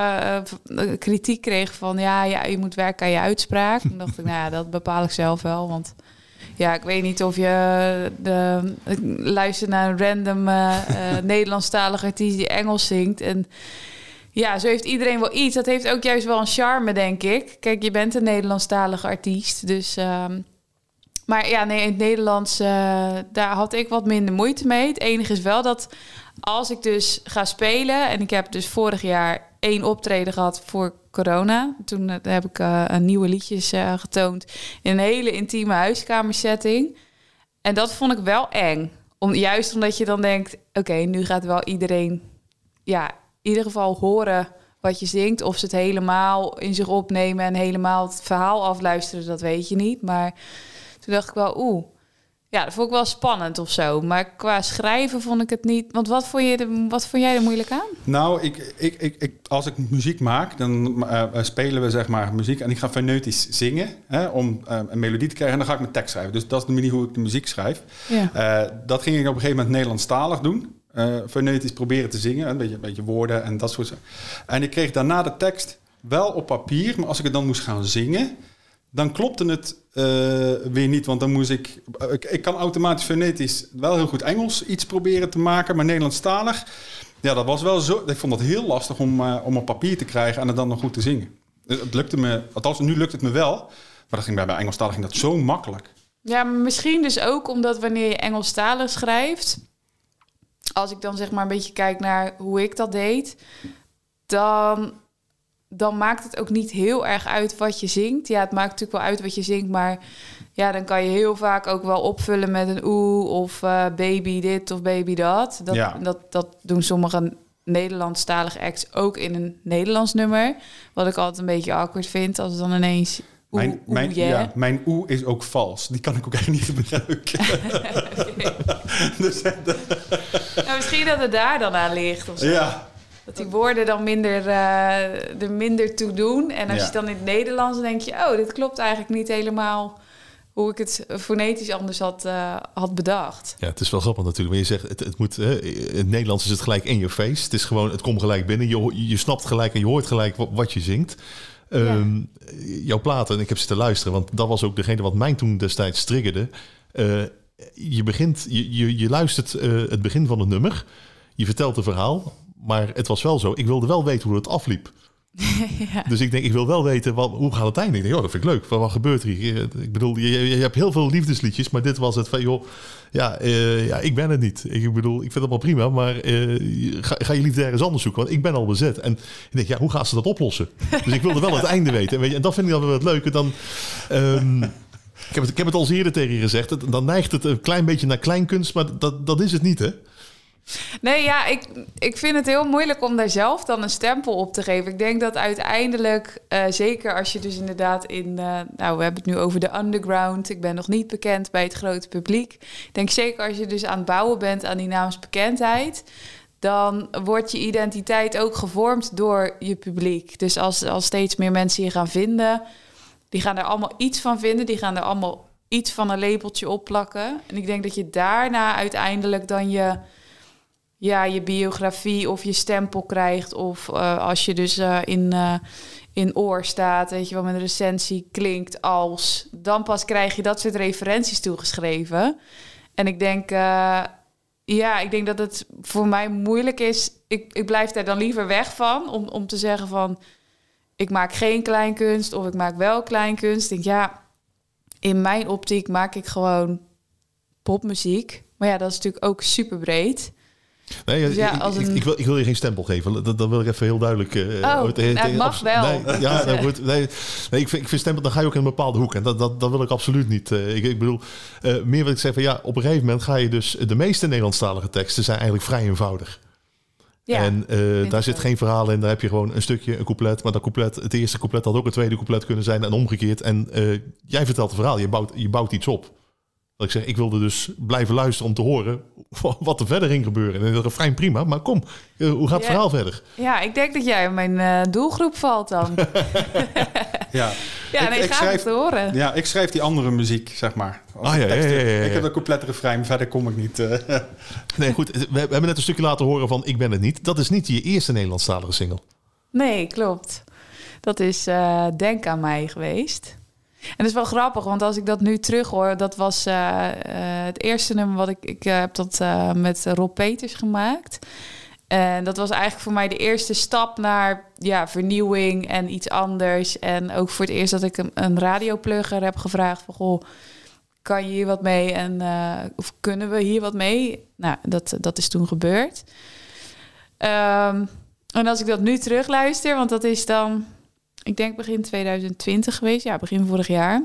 uh, kritiek kreeg van... Ja, ja, je moet werken aan je uitspraak. Toen dacht ik, nou ja, dat bepaal ik zelf wel. Want ja, ik weet niet of je de, luistert naar een random uh, uh, Nederlandstalige artiest die Engels zingt... en ja, zo heeft iedereen wel iets. Dat heeft ook juist wel een charme, denk ik. Kijk, je bent een Nederlandstalige artiest. Dus, um... Maar ja, nee, in het Nederlands, uh, daar had ik wat minder moeite mee. Het enige is wel dat als ik dus ga spelen... en ik heb dus vorig jaar één optreden gehad voor corona. Toen uh, heb ik uh, een nieuwe liedjes uh, getoond... in een hele intieme huiskamersetting. En dat vond ik wel eng. Om, juist omdat je dan denkt... oké, okay, nu gaat wel iedereen... ja. in ieder geval horen wat je zingt. Of ze het helemaal in zich opnemen en helemaal het verhaal afluisteren, dat weet je niet. Maar toen dacht ik wel, oeh, ja, dat vond ik wel spannend of zo. Maar qua schrijven vond ik het niet. Want wat vond, je de, wat vond jij er moeilijk aan? Nou, ik, ik, ik, ik, als ik muziek maak, dan uh, spelen we zeg maar muziek en ik ga foneutisch zingen, hè, om uh, een melodie te krijgen en dan ga ik mijn tekst schrijven. Dus dat is de manier hoe ik de muziek schrijf. Ja. Uh, dat ging ik op een gegeven moment Nederlandstalig doen. Uh, foneutisch proberen te zingen, een beetje, een beetje woorden en dat soort dingen. En ik kreeg daarna de tekst wel op papier, maar als ik het dan moest gaan zingen, dan klopte het uh, weer niet, want dan moest ik, ik... Ik kan automatisch fonetisch wel heel goed Engels iets proberen te maken, maar Nederlandstalig, ja, dat was wel zo... Ik vond dat heel lastig om, uh, om op papier te krijgen en het dan nog goed te zingen. Dus het lukte me, althans nu lukt het me wel, maar dat ging bij, bij Engelstalig ging dat zo makkelijk. Ja, maar misschien dus ook omdat wanneer je Engelstalig schrijft... Als ik dan zeg maar een beetje kijk naar hoe ik dat deed... dan, dan maakt het ook niet heel erg uit wat je zingt. Ja, het maakt natuurlijk wel uit wat je zingt... maar ja, dan kan je heel vaak ook wel opvullen met een oeh... of uh, baby dit of baby dat. Dat, ja. dat. dat doen sommige Nederlandstalige acts ook in een Nederlands nummer. Wat ik altijd een beetje awkward vind... als het dan ineens... Oeh, mijn, oeh, mijn, yeah. ja, mijn oeh is ook vals. Die kan ik ook echt niet gebruiken. dus, nou, misschien dat het daar dan aan ligt. Of zo. Ja. Dat die woorden dan minder, uh, er minder toe doen. En als ja. je dan in het Nederlands denk je... oh, dit klopt eigenlijk niet helemaal... hoe ik het fonetisch anders had, uh, had bedacht. Ja, het is wel grappig natuurlijk. Maar je zegt, het, het moet, hè, in het Nederlands is het gelijk in your face. Het is gewoon, het komt gelijk binnen. Je, je snapt gelijk en je hoort gelijk wat, wat je zingt. Um, ja. Jouw platen, en ik heb zitten luisteren, want dat was ook degene wat mij toen destijds triggerde. Uh, je begint, je, je, je luistert uh, het begin van het nummer, je vertelt een verhaal, maar het was wel zo. Ik wilde wel weten hoe het afliep. Ja. Dus ik denk, ik wil wel weten, wat, hoe gaat het einde? Ik denk, oh, dat vind ik leuk. Wat, wat gebeurt hier? Ik bedoel, je, je, je hebt heel veel liefdesliedjes, maar dit was het van, joh, ja, uh, ja ik ben het niet. Ik bedoel, ik vind het wel prima, maar uh, ga, ga je liefde ergens anders zoeken? Want ik ben al bezet. En ik denk, ja, hoe gaan ze dat oplossen? Dus ik wilde wel het einde weten. En, weet je, en dat vind ik dan wel het leuke. Dan, um, ik, heb het, ik heb het al eens eerder tegen je gezegd. Dan neigt het een klein beetje naar kleinkunst, maar dat, dat is het niet, hè? Nee, ja, ik, ik vind het heel moeilijk om daar zelf dan een stempel op te geven. Ik denk dat uiteindelijk, uh, zeker als je dus inderdaad in... Uh, nou, we hebben het nu over de underground. Ik ben nog niet bekend bij het grote publiek. Ik denk zeker als je dus aan het bouwen bent aan die naamsbekendheid... dan wordt je identiteit ook gevormd door je publiek. Dus als, als steeds meer mensen je gaan vinden... die gaan er allemaal iets van vinden. Die gaan er allemaal iets van een labeltje opplakken. En ik denk dat je daarna uiteindelijk dan je... ja, je biografie of je stempel krijgt. Of uh, als je dus uh, in, uh, in oor staat, weet je wel, met een recensie klinkt als... Dan pas krijg je dat soort referenties toegeschreven. En ik denk, uh, ja, ik denk dat het voor mij moeilijk is. Ik, ik blijf daar dan liever weg van, om, om te zeggen van... ik maak geen kleinkunst of ik maak wel kleinkunst. Ik denk, ja, in mijn optiek maak ik gewoon popmuziek. Maar ja, dat is natuurlijk ook super breed. Nee, dus ja, ik, als een... ik, ik, wil, ik wil je geen stempel geven. Dat, dat wil ik even heel duidelijk... Uh, oh, het, het, nou, het mag wel. Nee, ja, dat wordt, nee, nee, ik, vind, ik vind stempel, dan ga je ook in een bepaalde hoek. En dat, dat, dat wil ik absoluut niet. Uh, ik, ik bedoel, uh, meer wil ik zeggen van ja, op een gegeven moment ga je dus... De meeste Nederlandstalige teksten zijn eigenlijk vrij eenvoudig. Ja, en uh, daar zit geen verhaal in. Daar heb je gewoon een stukje, een couplet. Maar dat couplet, het eerste couplet had ook een tweede couplet kunnen zijn en omgekeerd. En uh, jij vertelt het verhaal. Je bouwt, je bouwt iets op. Dat ik zeg, ik wilde dus blijven luisteren om te horen wat er verder ging gebeuren. En dat refrein prima, maar kom, uh, hoe gaat het ja. verhaal verder? Ja, ik denk dat jij in mijn uh, doelgroep valt dan. ja, ja nee, ik, ik ga schrijf, het horen. Ja, ik schrijf die andere muziek, zeg maar. Ah, ja, ja, ja, ja, ja. Ik heb een couplet refrein, verder kom ik niet. Uh. Nee, goed, we, we hebben net een stukje laten horen van Ik ben het niet. Dat is niet je eerste Nederlandstalige single. Nee, klopt. Dat is uh, Denk aan mij geweest. En dat is wel grappig, want als ik dat nu terug hoor... dat was uh, uh, het eerste nummer wat ik... Ik uh, heb dat uh, met Rob Peters gemaakt. En dat was eigenlijk voor mij de eerste stap naar ja, vernieuwing en iets anders. En ook voor het eerst dat ik een, een radioplugger heb gevraagd... van goh, kan je hier wat mee? En, uh, of kunnen we hier wat mee? Nou, dat, dat is toen gebeurd. Um, en als ik dat nu terugluister, want dat is dan... ik denk begin twintig twintig geweest, ja, begin vorig jaar.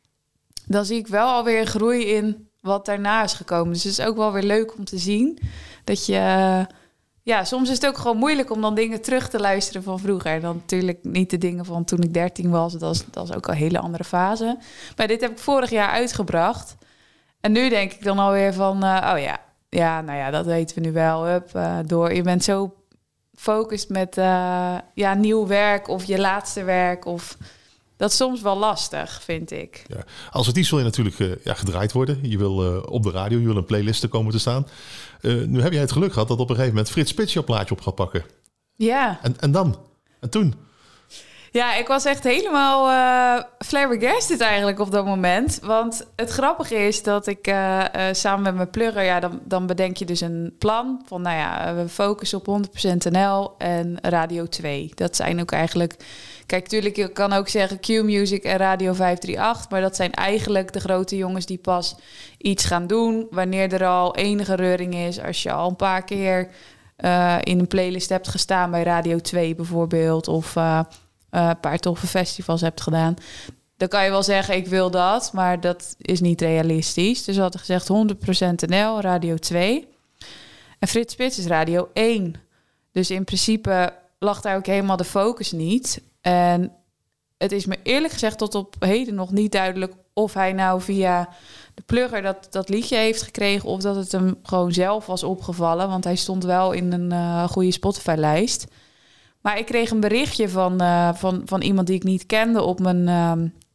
Dan zie ik wel alweer een groei in wat daarna is gekomen. Dus het is ook wel weer leuk om te zien dat je... Ja, soms is het ook gewoon moeilijk om dan dingen terug te luisteren van vroeger. Dan natuurlijk niet de dingen van toen ik dertien was. Dat was, dat was ook een hele andere fase. Maar dit heb ik vorig jaar uitgebracht. En nu denk ik dan alweer van... Uh, oh ja, ja, nou ja, dat weten we nu wel. Hup, uh, door. Je bent zo... focust met uh, ja, nieuw werk of je laatste werk. Of dat is soms wel lastig, vind ik. Ja. Als artiest wil je natuurlijk uh, ja, gedraaid worden. Je wil uh, op de radio, je wil een playlist komen te staan. Uh, nu heb jij het geluk gehad dat op een gegeven moment Frits Spits jouw plaatje op gaat pakken. Ja. En, en dan? En toen? Ja, ik was echt helemaal uh, flabbergasted eigenlijk op dat moment. Want het grappige is dat ik uh, uh, samen met mijn plugger... ja, dan, dan bedenk je dus een plan van... nou ja, we focussen op honderd procent N L en Radio twee. Dat zijn ook eigenlijk... Kijk, natuurlijk, je kan ook zeggen Q-Music en Radio vijf drie acht... maar dat zijn eigenlijk de grote jongens die pas iets gaan doen... wanneer er al enige reuring is. Als je al een paar keer uh, in een playlist hebt gestaan bij Radio twee bijvoorbeeld... of... Uh, Uh, een paar toffe festivals hebt gedaan... dan kan je wel zeggen, ik wil dat... maar dat is niet realistisch. Dus we hadden gezegd honderd procent N L, Radio twee. En Frits Spits is Radio één. Dus in principe lag daar ook helemaal de focus niet. En het is me eerlijk gezegd tot op heden nog niet duidelijk... of hij nou via de plugger dat, dat liedje heeft gekregen... of dat het hem gewoon zelf was opgevallen. Want hij stond wel in een uh, goede Spotify-lijst... Maar ik kreeg een berichtje van, uh, van, van iemand die ik niet kende op mijn uh,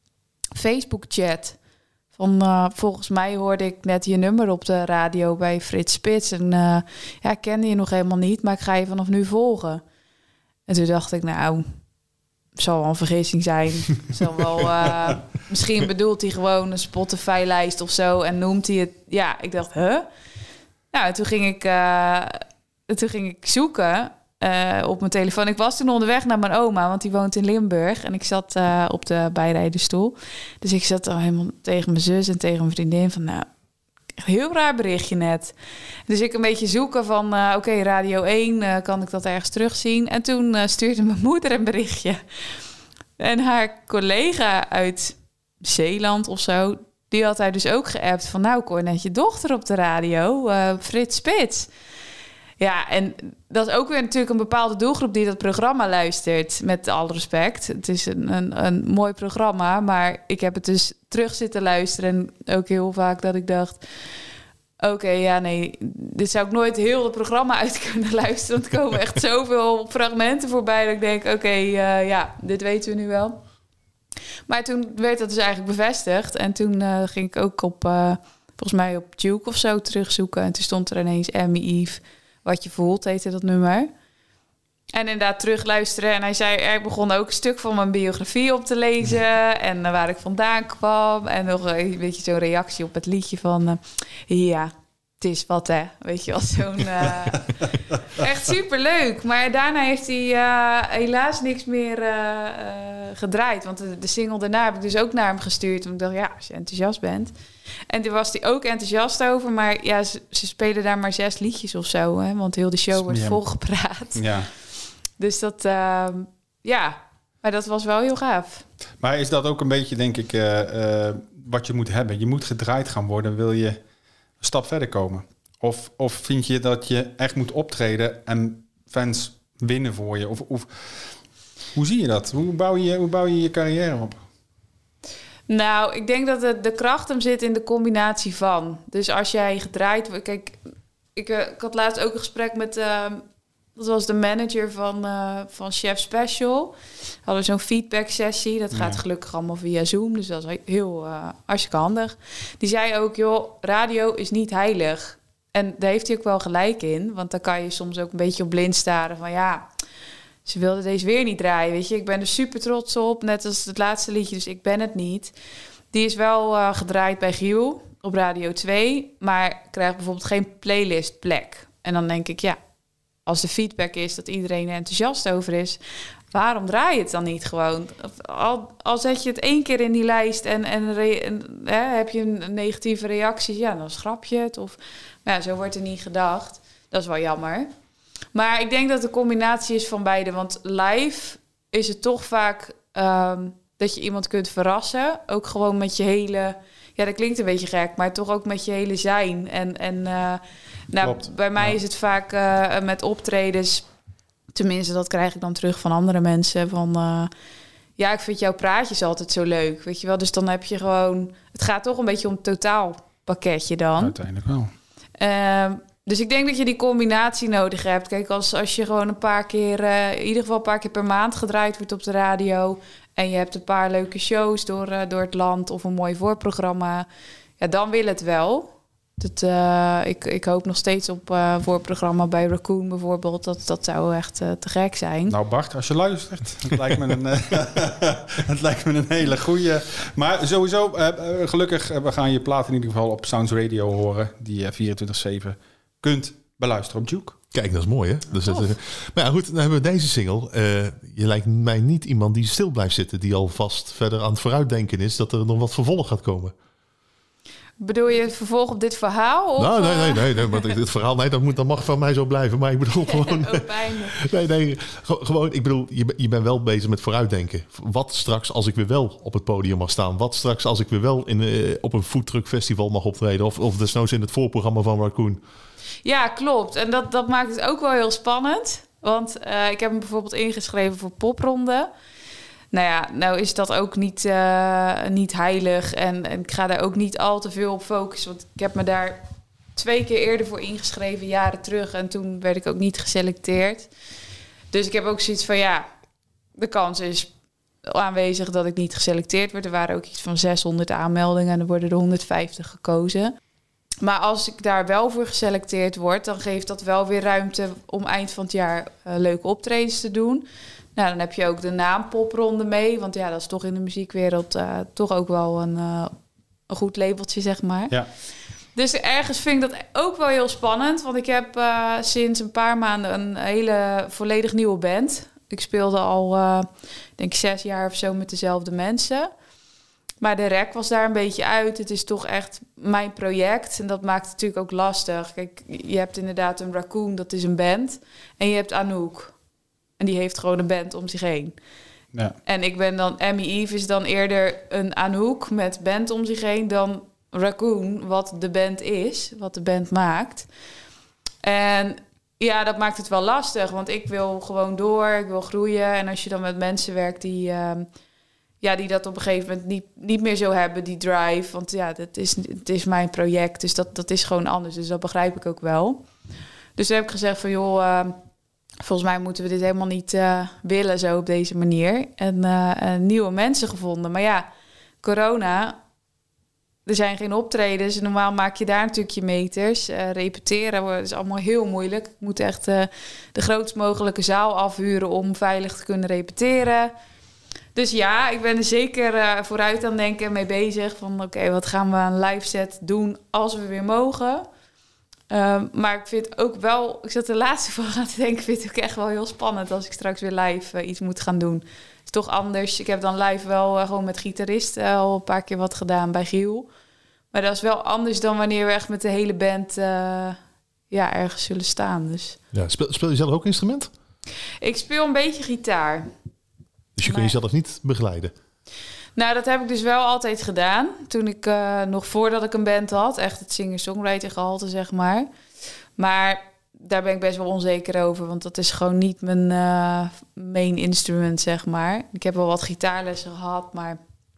Facebook-chat. Van uh, volgens mij hoorde ik net je nummer op de radio bij Frits Spits. En uh, ja, ik kende je nog helemaal niet, maar ik ga je vanaf nu volgen. En toen dacht ik, nou, het zal wel een vergissing zijn. zal wel, uh, misschien bedoelt hij gewoon een Spotify-lijst of zo en noemt hij het. Ja, ik dacht, huh? Nou, en toen ging ik, uh, toen ging ik zoeken... Uh, op mijn telefoon. Ik was toen onderweg naar mijn oma, want die woont in Limburg. En ik zat uh, op de bijrijdenstoel. Dus ik zat al helemaal tegen mijn zus en tegen mijn vriendin van... nou, heel raar berichtje net. Dus ik een beetje zoeken van... Uh, oké, okay, Radio één, uh, kan ik dat ergens terugzien? En toen uh, stuurde mijn moeder een berichtje. En haar collega uit Zeeland of zo... die had hij dus ook geappt van... nou, ik hoor net je dochter op de radio, uh, Frits Spits... Ja, en dat is ook weer natuurlijk een bepaalde doelgroep die dat programma luistert, met alle respect. Het is een, een, een mooi programma, maar ik heb het dus terug zitten luisteren en ook heel vaak dat ik dacht... Oké, okay, ja, nee, dit zou ik nooit heel het programma uit kunnen luisteren. Want er komen echt zoveel fragmenten voorbij dat ik denk, oké, okay, uh, ja, dit weten we nu wel. Maar toen werd dat dus eigenlijk bevestigd en toen uh, ging ik ook op, uh, volgens mij op Duke of zo terugzoeken. En toen stond er ineens Emmy Eve... Wat je voelt, heette dat nummer. En inderdaad terugluisteren. En hij zei, hij begon ook een stuk van mijn biografie op te lezen. En uh, waar ik vandaan kwam. En nog een beetje zo'n reactie op het liedje van... Uh, ja, het is wat, hè. Weet je wel, zo'n... Uh, echt superleuk. Maar daarna heeft hij uh, helaas niks meer uh, uh, gedraaid. Want de, de single daarna heb ik dus ook naar hem gestuurd. En ik dacht, ja, als je enthousiast bent. En toen was hij ook enthousiast over. Maar ja, ze, ze spelen daar maar zes liedjes of zo. Hè, want heel de show wordt Ja. volgepraat. Ja. Dus dat, uh, ja, maar dat was wel heel gaaf. Maar is dat ook een beetje, denk ik, uh, uh, wat je moet hebben? Je moet gedraaid gaan worden, wil je een stap verder komen? Of, of vind je dat je echt moet optreden en fans winnen voor je? Of, of hoe zie je dat? Hoe bouw je hoe bouw je, je carrière op? Nou, ik denk dat de, de kracht hem zit in de combinatie van. Dus als jij gedraaid wordt... Kijk, ik, uh, ik had laatst ook een gesprek met... Uh, dat was de manager van, uh, van Chef Special. We hadden zo'n feedback sessie. Dat gaat Ja. gelukkig allemaal via Zoom. Dus dat is heel uh, hartstikke handig. Die zei ook, joh, radio is niet heilig. En daar heeft hij ook wel gelijk in. Want dan kan je soms ook een beetje op blind staren van... ja, ze wilden deze weer niet draaien, weet je. Ik ben er super trots op. Net als het laatste liedje, dus ik ben het niet. Die is wel uh, gedraaid bij Giel op Radio twee. Maar krijgt bijvoorbeeld geen playlistplek. En dan denk ik, ja... als de feedback is dat iedereen er enthousiast over is... waarom draai je het dan niet gewoon? Al, al zet je het één keer in die lijst en, en, re, en hè, heb je een negatieve reactie... ja, dan schrap je het. Of, maar ja, zo wordt er niet gedacht. Dat is wel jammer. Maar ik denk dat het een combinatie is van beide. Want live is het toch vaak um, dat je iemand kunt verrassen. Ook gewoon met je hele... ja, dat klinkt een beetje gek, maar toch ook met je hele zijn. En... en uh, Nou, Klopt. bij mij Ja. is het vaak uh, met optredens... tenminste, dat krijg ik dan terug van andere mensen... van uh, ja, ik vind jouw praatjes altijd zo leuk, weet je wel. Dus dan heb je gewoon... het gaat toch een beetje om het totaalpakketje dan. Uiteindelijk wel. Uh, dus ik denk dat je die combinatie nodig hebt. Kijk, als, als je gewoon een paar keer... Uh, in ieder geval een paar keer per maand gedraaid wordt op de radio... en je hebt een paar leuke shows door, uh, door het land... of een mooi voorprogramma... ja, dan wil het wel... Dat, uh, ik, ik hoop nog steeds op uh, voorprogramma bij Raccoon bijvoorbeeld. Dat, dat zou echt uh, te gek zijn. Nou Bart, als je luistert, het lijkt me een, uh, het lijkt me een hele goeie. Maar sowieso, uh, uh, gelukkig, uh, we gaan je plaat in ieder geval op Sounds Radio horen. Die je vierentwintig zeven kunt beluisteren op Juke. Kijk, dat is mooi, hè? Dus het, uh, maar ja, goed, dan hebben we deze single. Uh, je lijkt mij niet iemand die stil blijft zitten... die alvast verder aan het vooruitdenken is... dat er nog wat vervolg gaat komen. Bedoel je het vervolg op dit verhaal? Of, nou, nee, nee, uh... nee, nee, maar dit verhaal, nee, dat, moet, dat mag van mij zo blijven. Maar ik bedoel gewoon... oh, pijnlijk. Nee, nee, gewoon, ik bedoel, je, je bent wel bezig met vooruitdenken. Wat straks als ik weer wel op het podium mag staan? Wat straks als ik weer wel in, uh, op een foodtruck festival mag optreden? Of, of desnoods in het voorprogramma van Raccoon? Ja, klopt. En dat, dat maakt het ook wel heel spannend. Want uh, ik heb hem bijvoorbeeld ingeschreven voor popronde. Nou ja, nou is dat ook niet, uh, niet heilig. En, en ik ga daar ook niet al te veel op focussen. Want ik heb me daar twee keer eerder voor ingeschreven, jaren terug. En toen werd ik ook niet geselecteerd. Dus ik heb ook zoiets van, ja, de kans is aanwezig dat ik niet geselecteerd word. Er waren ook iets van zeshonderd aanmeldingen en er worden er honderdvijftig gekozen. Maar als ik daar wel voor geselecteerd word, dan geeft dat wel weer ruimte om eind van het jaar uh, leuke optredens te doen. Nou, dan heb je ook de naam popronde mee. Want ja, dat is toch in de muziekwereld uh, toch ook wel een, uh, een goed labeltje, zeg maar. Ja. Dus ergens vind ik dat ook wel heel spannend. Want ik heb uh, sinds een paar maanden een hele volledig nieuwe band. Ik speelde al, uh, denk ik, zes jaar of zo met dezelfde mensen. Maar de rek was daar een beetje uit. Het is toch echt mijn project. En dat maakt het natuurlijk ook lastig. Kijk, je hebt inderdaad een Raccoon, dat is een band. En je hebt Anouk. En die heeft gewoon een band om zich heen. Ja. En ik ben dan... Amy Eve is dan eerder een Anouk met band om zich heen... dan Raccoon, wat de band is. Wat de band maakt. En ja, dat maakt het wel lastig. Want ik wil gewoon door, ik wil groeien. En als je dan met mensen werkt die... Uh, ja, die dat op een gegeven moment niet, niet meer zo hebben, die drive. Want ja, dat is, het is mijn project. Dus dat, dat is gewoon anders. Dus dat begrijp ik ook wel. Dus toen heb ik gezegd van, joh... Uh, volgens mij moeten we dit helemaal niet uh, willen zo op deze manier. En uh, uh, nieuwe mensen gevonden. Maar ja, corona, er zijn geen optredens. Normaal maak je daar natuurlijk je meters. Uh, repeteren is allemaal heel moeilijk. Ik moet echt uh, de grootst mogelijke zaal afhuren om veilig te kunnen repeteren. Dus ja, ik ben er zeker uh, vooruit aan denken en mee bezig. Van oké, okay, wat gaan we aan live set doen als we weer mogen? Uh, maar ik vind ook wel... Ik zat de laatste van aan te denken... Ik vind het ook echt wel heel spannend als ik straks weer live uh, iets moet gaan doen. Het is toch anders. Ik heb dan live wel uh, gewoon met gitarist uh, al een paar keer wat gedaan bij Giel. Maar dat is wel anders dan wanneer we echt met de hele band uh, ja, ergens zullen staan. Dus. Ja, speel, speel je zelf ook instrument? Ik speel een beetje gitaar. Dus je kun maar... jezelf niet begeleiden? Nou, dat heb ik dus wel altijd gedaan. Toen ik uh, nog voordat ik een band had. Echt het singer-songwriter gehalte, zeg maar. Maar daar ben ik best wel onzeker over. Want dat is gewoon niet mijn uh, main instrument, zeg maar. Ik heb wel wat gitaarlessen gehad, maar...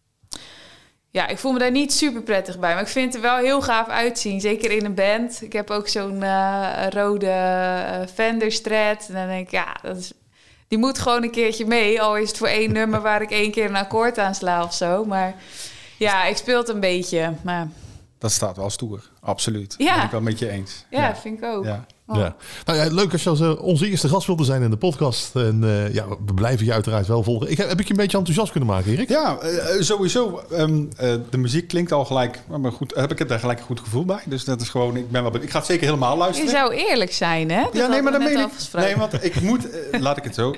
Ja, ik voel me daar niet super prettig bij. Maar ik vind het er wel heel gaaf uitzien. Zeker in een band. Ik heb ook zo'n uh, rode uh, Fender Strat. En dan denk ik, ja, dat is... Die moet gewoon een keertje mee. Al is het voor één nummer waar ik één keer een akkoord aan sla of zo. Maar ja, ik speel het een beetje. Maar... Dat staat wel stoer, absoluut. Ja. Dat ben ik wel met je eens. Ja, ja. vind ik ook. Ja. Oh. Ja. Nou ja, leuk als je als uh, onze eerste gast wilde zijn in de podcast. En uh, ja, we blijven je uiteraard wel volgen. Ik, heb ik je een beetje enthousiast kunnen maken, Erik? Ja, uh, sowieso. Um, uh, de muziek klinkt al gelijk. Maar goed, heb ik het daar gelijk een goed gevoel bij. Dus dat is gewoon, ik ben wel benieuwd. Ik ga het zeker helemaal luisteren. Je zou eerlijk zijn, hè? Dat ja, nee, maar dan meen ik. Nee, want ik moet, uh, laat ik het zo.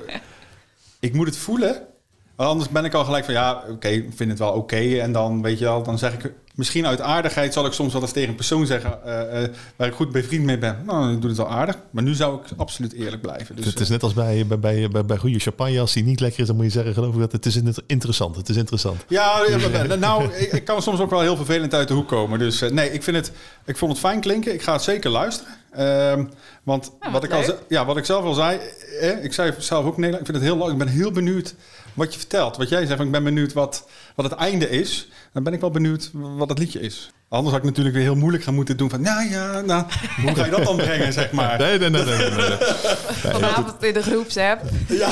Ik moet het voelen. Anders ben ik al gelijk van ja, oké, okay, ik vind het wel oké. Okay. En dan weet je wel, dan zeg ik misschien uit aardigheid zal ik soms wel eens tegen een persoon zeggen uh, uh, waar ik goed bevriend mee ben. Nou, ik doe het wel aardig. Maar nu zou ik absoluut eerlijk blijven. Dus, het is net als bij, bij, bij, bij, bij goede champagne. Als die niet lekker is, dan moet je zeggen, geloof ik dat het is interessant. Het is interessant. Ja, ja nou, ik, ik kan soms ook wel heel vervelend uit de hoek komen. Dus uh, nee, ik vind het, ik vond het fijn klinken. Ik ga het zeker luisteren. Uh, want ja, wat, wat, ik al, ja, wat ik zelf al zei, eh, ik zei zelf ook Nederland. Ik vind het heel leuk. Ik ben heel benieuwd wat je vertelt. Wat jij zegt, ik ben benieuwd wat, wat het einde is. Dan ben ik wel benieuwd wat het liedje is. Anders had ik natuurlijk weer heel moeilijk gaan moeten doen van... Nou ja, nou, hoe ga je dat dan brengen, zeg maar? Nee, nee, nee. nee, nee, nee. Vanavond in de groepsapp. Ja,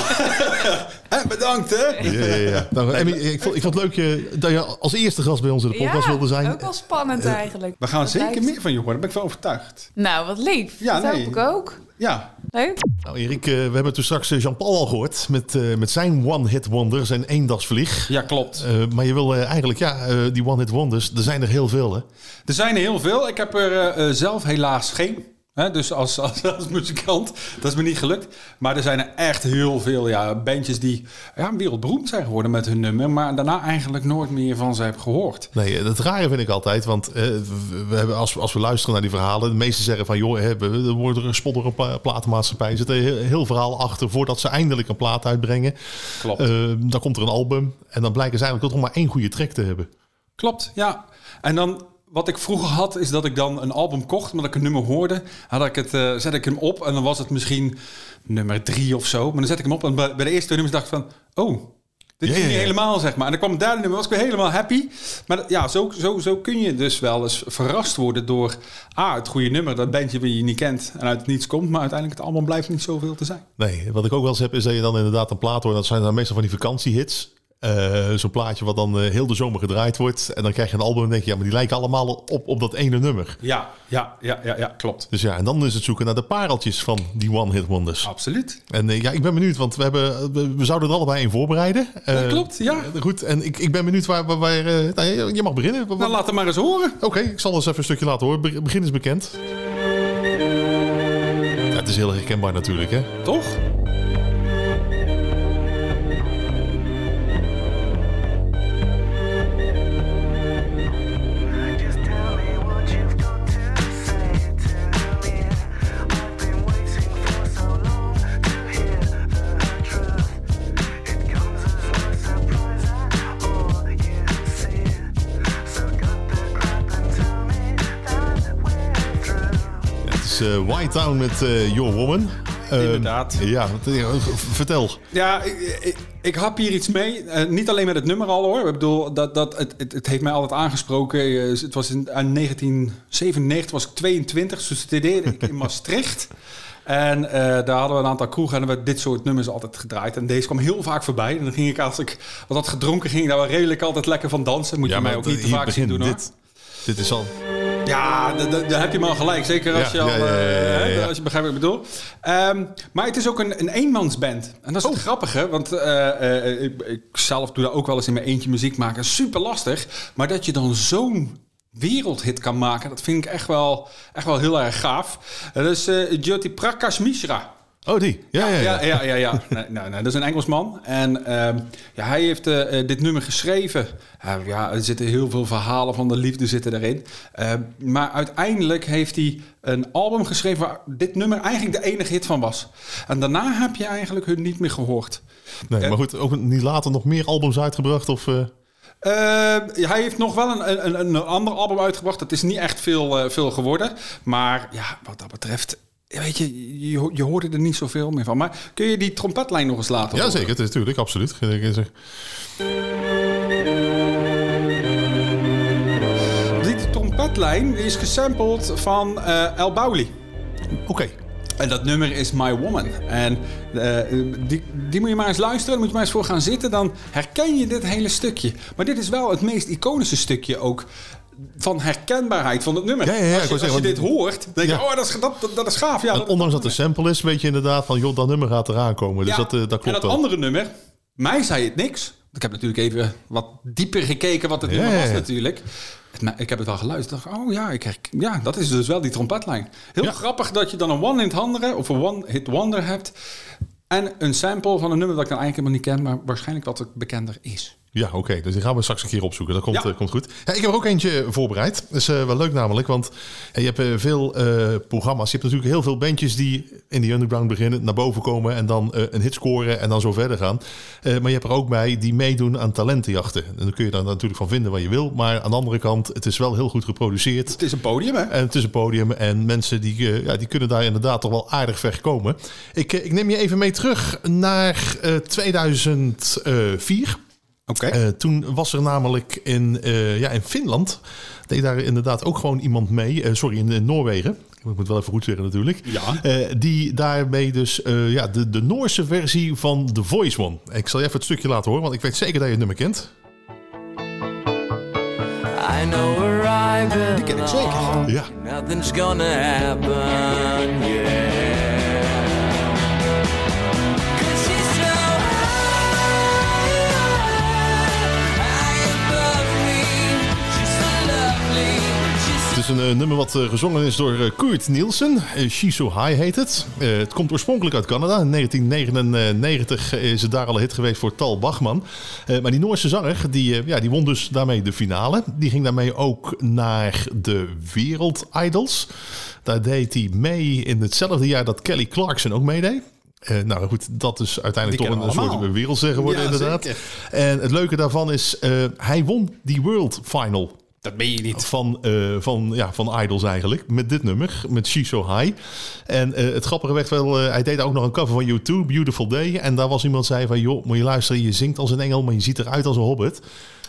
en bedankt, hè? Ja, ja, ja. Nou, Emmy, ik, vond, ik vond het leuk uh, dat je als eerste gast bij ons in de podcast ja, wilde zijn. ook wel spannend uh, eigenlijk. We gaan dat zeker blijft... meer van je horen, daar ben ik wel overtuigd. Nou, wat lief. Ja, dat nee. hoop ik ook. Ja. Leuk. Nou Erik, uh, we hebben toen straks Jean-Paul al gehoord met, uh, met zijn one-hit wonder, zijn eendagsvlieg. Ja, klopt. Uh, maar je wil uh, eigenlijk, ja, uh, die one-hit wonders, er zijn er heel veel, hè? Er zijn er heel veel. Ik heb er uh, zelf helaas geen. Hè? Dus als, als, als muzikant, dat is me niet gelukt. Maar er zijn er echt heel veel ja, bandjes die ja, wereldberoemd zijn geworden met hun nummer. Maar daarna eigenlijk nooit meer van ze heb gehoord. Nee, dat rare vind ik altijd. Want uh, we hebben, als, als we luisteren naar die verhalen, de meesten zeggen van joh, hè, er wordt er gespot door een platenmaatschappij. Er zit een heel, heel verhaal achter voordat ze eindelijk een plaat uitbrengen. Klopt. Uh, dan komt er een album en dan blijken ze eigenlijk toch nog maar één goede track te hebben. Klopt, ja. En dan... Wat ik vroeger had, is dat ik dan een album kocht, omdat ik een nummer hoorde. Had ik het, uh, zet ik hem op en dan was het misschien nummer drie of zo. Maar dan zet ik hem op en bij de eerste twee nummers dacht ik van... Oh, dit is ja, ja, niet ja. helemaal, zeg maar. En dan kwam het derde nummer, was ik weer helemaal happy. Maar ja, zo, zo, zo kun je dus wel eens verrast worden door... Ah, het goede nummer, dat bandje wie je niet kent en uit het niets komt. Maar uiteindelijk het album blijft niet zoveel te zijn. Nee, wat ik ook wel eens heb, is dat je dan inderdaad een plaat hoort. Dat zijn dan meestal van die vakantiehits. Uh, zo'n plaatje wat dan uh, heel de zomer gedraaid wordt. En dan krijg je een album en denk je, ja, maar die lijken allemaal op, op dat ene nummer. Ja, ja, ja, ja, ja, klopt. Dus ja, en dan is het zoeken naar de pareltjes van die one-hit wonders. Absoluut. En uh, ja, ik ben benieuwd, want we, hebben, we, we zouden er allebei in voorbereiden. Uh, Ja, klopt, ja. Uh, goed, en ik, ik ben benieuwd waar... waar, waar uh, nou, je, je mag beginnen. Nou, laat het maar eens horen. Oké, okay, ik zal eens even een stukje laten horen. Be- begin is bekend. Ja, het is heel herkenbaar natuurlijk, hè? Toch? Uh, White Town met uh, Your Woman. Uh, Inderdaad. Ja, vertel. Ja, ik, ik, ik hap hier iets mee. Uh, niet alleen met het nummer al hoor. Ik bedoel, dat, dat, het, het, het heeft mij altijd aangesproken. Uh, het was in, in negentien zevenennegentig was ik tweeëntwintig. Dus studeerde ik in Maastricht. En uh, daar hadden we een aantal kroegen en er werd dit soort nummers altijd gedraaid. En deze kwam heel vaak voorbij. En dan ging ik, als ik wat had gedronken, ging ik daar wel redelijk altijd lekker van dansen. Moet je ja, mij ook niet te vaak zien doen hoor. Dit. Dit is al... Ja, daar heb je me al gelijk. Zeker als, Ja, je, al, ja, ja, ja, ja, ja. Uh, als je begrijpt wat ik bedoel. Um, maar het is ook een, een eenmansband. En dat is Oh. het grappige. Want uh, uh, ik, ik zelf doe dat ook wel eens in mijn eentje muziek maken. Super lastig. Maar dat je dan zo'n wereldhit kan maken, dat vind ik echt wel, echt wel heel erg gaaf. Dat is uh, Jyoti Prakash Mishra. Oh, die? Ja, ja, ja. ja, ja, ja, ja. nee, nee, nee, dat is een Engelsman. En uh, ja, hij heeft uh, dit nummer geschreven. Uh, ja, er zitten heel veel verhalen van de liefde zitten erin. Uh, maar uiteindelijk heeft hij een album geschreven waar dit nummer eigenlijk de enige hit van was. En daarna heb je eigenlijk hun niet meer gehoord. Nee, Uh, maar goed, ook niet later nog meer albums uitgebracht? Of, uh... Uh, hij heeft nog wel een, een, een ander album uitgebracht. Dat is niet echt veel, uh, veel geworden. Maar ja, wat dat betreft... Weet je, je, je hoorde er niet zoveel meer van. Maar kun je die trompetlijn nog eens laten horen? Ja, zeker. Natuurlijk, absoluut. Die trompetlijn is gesampled van uh, El Bauli. Oké. Okay. En dat nummer is My Woman. En uh, die, die moet je maar eens luisteren. Daar moet je maar eens voor gaan zitten. Dan herken je dit hele stukje. Maar dit is wel het meest iconische stukje ook... van herkenbaarheid van het nummer. Ja, ja, ja, als je, als zeggen, je dit hoort, denk je, ja. oh, dat is, dat, dat is gaaf. Ja, en dat, ondanks dat de sample is, weet je inderdaad van, joh, dat nummer gaat eraan komen. Dus ja, dat, uh, dat klopt en dat wel. andere nummer, mij zei het niks. Ik heb natuurlijk even wat dieper gekeken wat het Ja, nummer was ja, ja. natuurlijk. Ik heb het al geluisterd. Dacht, oh ja, ik herken, ja, dat is dus wel die trompetlijn. Heel Ja. grappig dat je dan een one-hit wonder of een one-hit wonder hebt. En een sample van een nummer dat ik dan eigenlijk helemaal niet ken, maar waarschijnlijk wat het bekender is. Ja, oké. Okay. Dus die gaan we straks een keer opzoeken. Dat komt, Ja. uh, komt goed. Ja, ik heb er ook eentje voorbereid. Dat is uh, wel leuk namelijk, want uh, je hebt uh, veel uh, programma's. Je hebt natuurlijk heel veel bandjes die in die underground beginnen, naar boven komen en dan uh, een hit scoren en dan zo verder gaan. Uh, maar je hebt er ook bij die meedoen aan talentenjachten. En dan kun je daar natuurlijk van vinden wat je wil. Maar aan de andere kant, het is wel heel goed geproduceerd. Het is een podium, hè? En het is een podium en mensen die, uh, ja, die kunnen daar inderdaad toch wel aardig ver komen. Ik, uh, ik neem je even mee terug naar uh, tweeduizend vier. Oké. Okay. Uh, toen was er namelijk in, uh, ja, in Finland, deed daar inderdaad ook gewoon iemand mee. Uh, sorry, in, in Noorwegen. Ik moet wel even goed zeggen natuurlijk. Ja. Uh, die daarmee dus uh, ja, de, de Noorse versie van The Voice won. Ik zal je even het stukje laten horen, want ik weet zeker dat je het nummer kent. I know where I've been. Die ken ik zeker. Ja. Nothing's gonna happen, yeah. Het is een uh, nummer wat uh, gezongen is door uh, Kurt Nielsen. Uh, She's So High heet het. Uh, het komt oorspronkelijk uit Canada. In negentien negenennegentig is het daar al een hit geweest voor Tal Bachman. Uh, maar die Noorse zanger, die, uh, ja, die won dus daarmee de finale. Die ging daarmee ook naar de Wereld Idols. Daar deed hij mee in hetzelfde jaar dat Kelly Clarkson ook meedeed. Uh, nou goed, dat is uiteindelijk Die toch een, een soort wereldster geworden, Ja, inderdaad. zeker. En het leuke daarvan is, uh, hij won die World Final. Dat ben je niet. Van, uh, van, ja, van Idols eigenlijk. Met dit nummer. Met She's So High. En uh, het grappige werd wel... Uh, hij deed ook nog een cover van U twee. Beautiful Day. En daar was iemand zei van... joh, moet je luisteren. Je zingt als een engel. Maar je ziet eruit als een hobbit.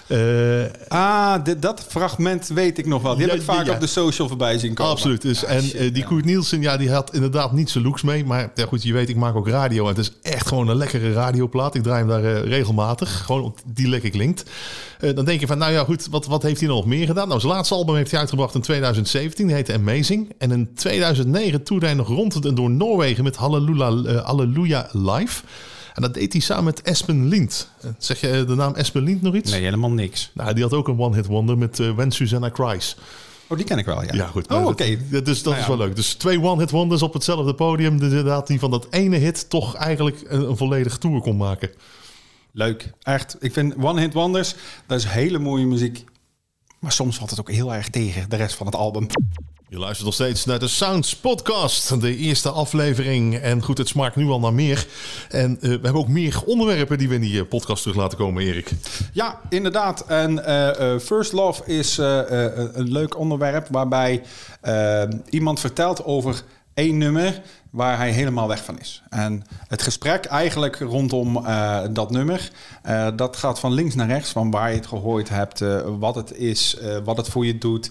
Uh, ah, de, dat fragment weet ik nog wel. Die ja, heb ik vaak ja. op de social voorbij zien komen. Absoluut. Dus, Ja, en shit, uh, die ja. Kurt Nielsen, ja, die had inderdaad niet zijn looks mee. Maar ja, goed, je weet, ik maak ook radio. En het is echt gewoon een lekkere radioplaat. Ik draai hem daar uh, regelmatig. Gewoon op die lekker klinkt. Uh, dan denk je van, nou ja, goed, wat, wat heeft hij nog meer gedaan? Nou, zijn laatste album heeft hij uitgebracht in tweeduizend zeventien. Die heette Amazing. En in tweeduizend negen toerde hij nog rond door Noorwegen met Halleluja, uh, Halleluja Live. En dat deed hij samen met Espen Lind. Zeg je de naam Espen Lind nog iets? Nee, helemaal niks. Nou, die had ook een one-hit wonder met uh, When Susanna Cries. Oh, die ken ik wel, ja. Ja, goed. Oh, oké. Okay. Dus dat Nou is ja. wel leuk. Dus twee one-hit wonders op hetzelfde podium. Dus inderdaad, die van dat ene hit toch eigenlijk een, een volledig tour kon maken. Leuk. Echt. Ik vind One Hit Wonders, dat is hele mooie muziek. Maar soms valt het ook heel erg tegen, de rest van het album. Je luistert nog steeds naar de Sounds Podcast, de eerste aflevering. En goed, het smaakt nu al naar meer. En uh, we hebben ook meer onderwerpen die we in die uh, podcast terug laten komen, Erik. Ja, inderdaad. En uh, uh, First Love is uh, uh, een leuk onderwerp waarbij uh, iemand vertelt over één nummer waar hij helemaal weg van is. En het gesprek eigenlijk rondom uh, dat nummer, uh, dat gaat van links naar rechts, van waar je het gehoord hebt, uh, wat het is, uh, wat het voor je doet.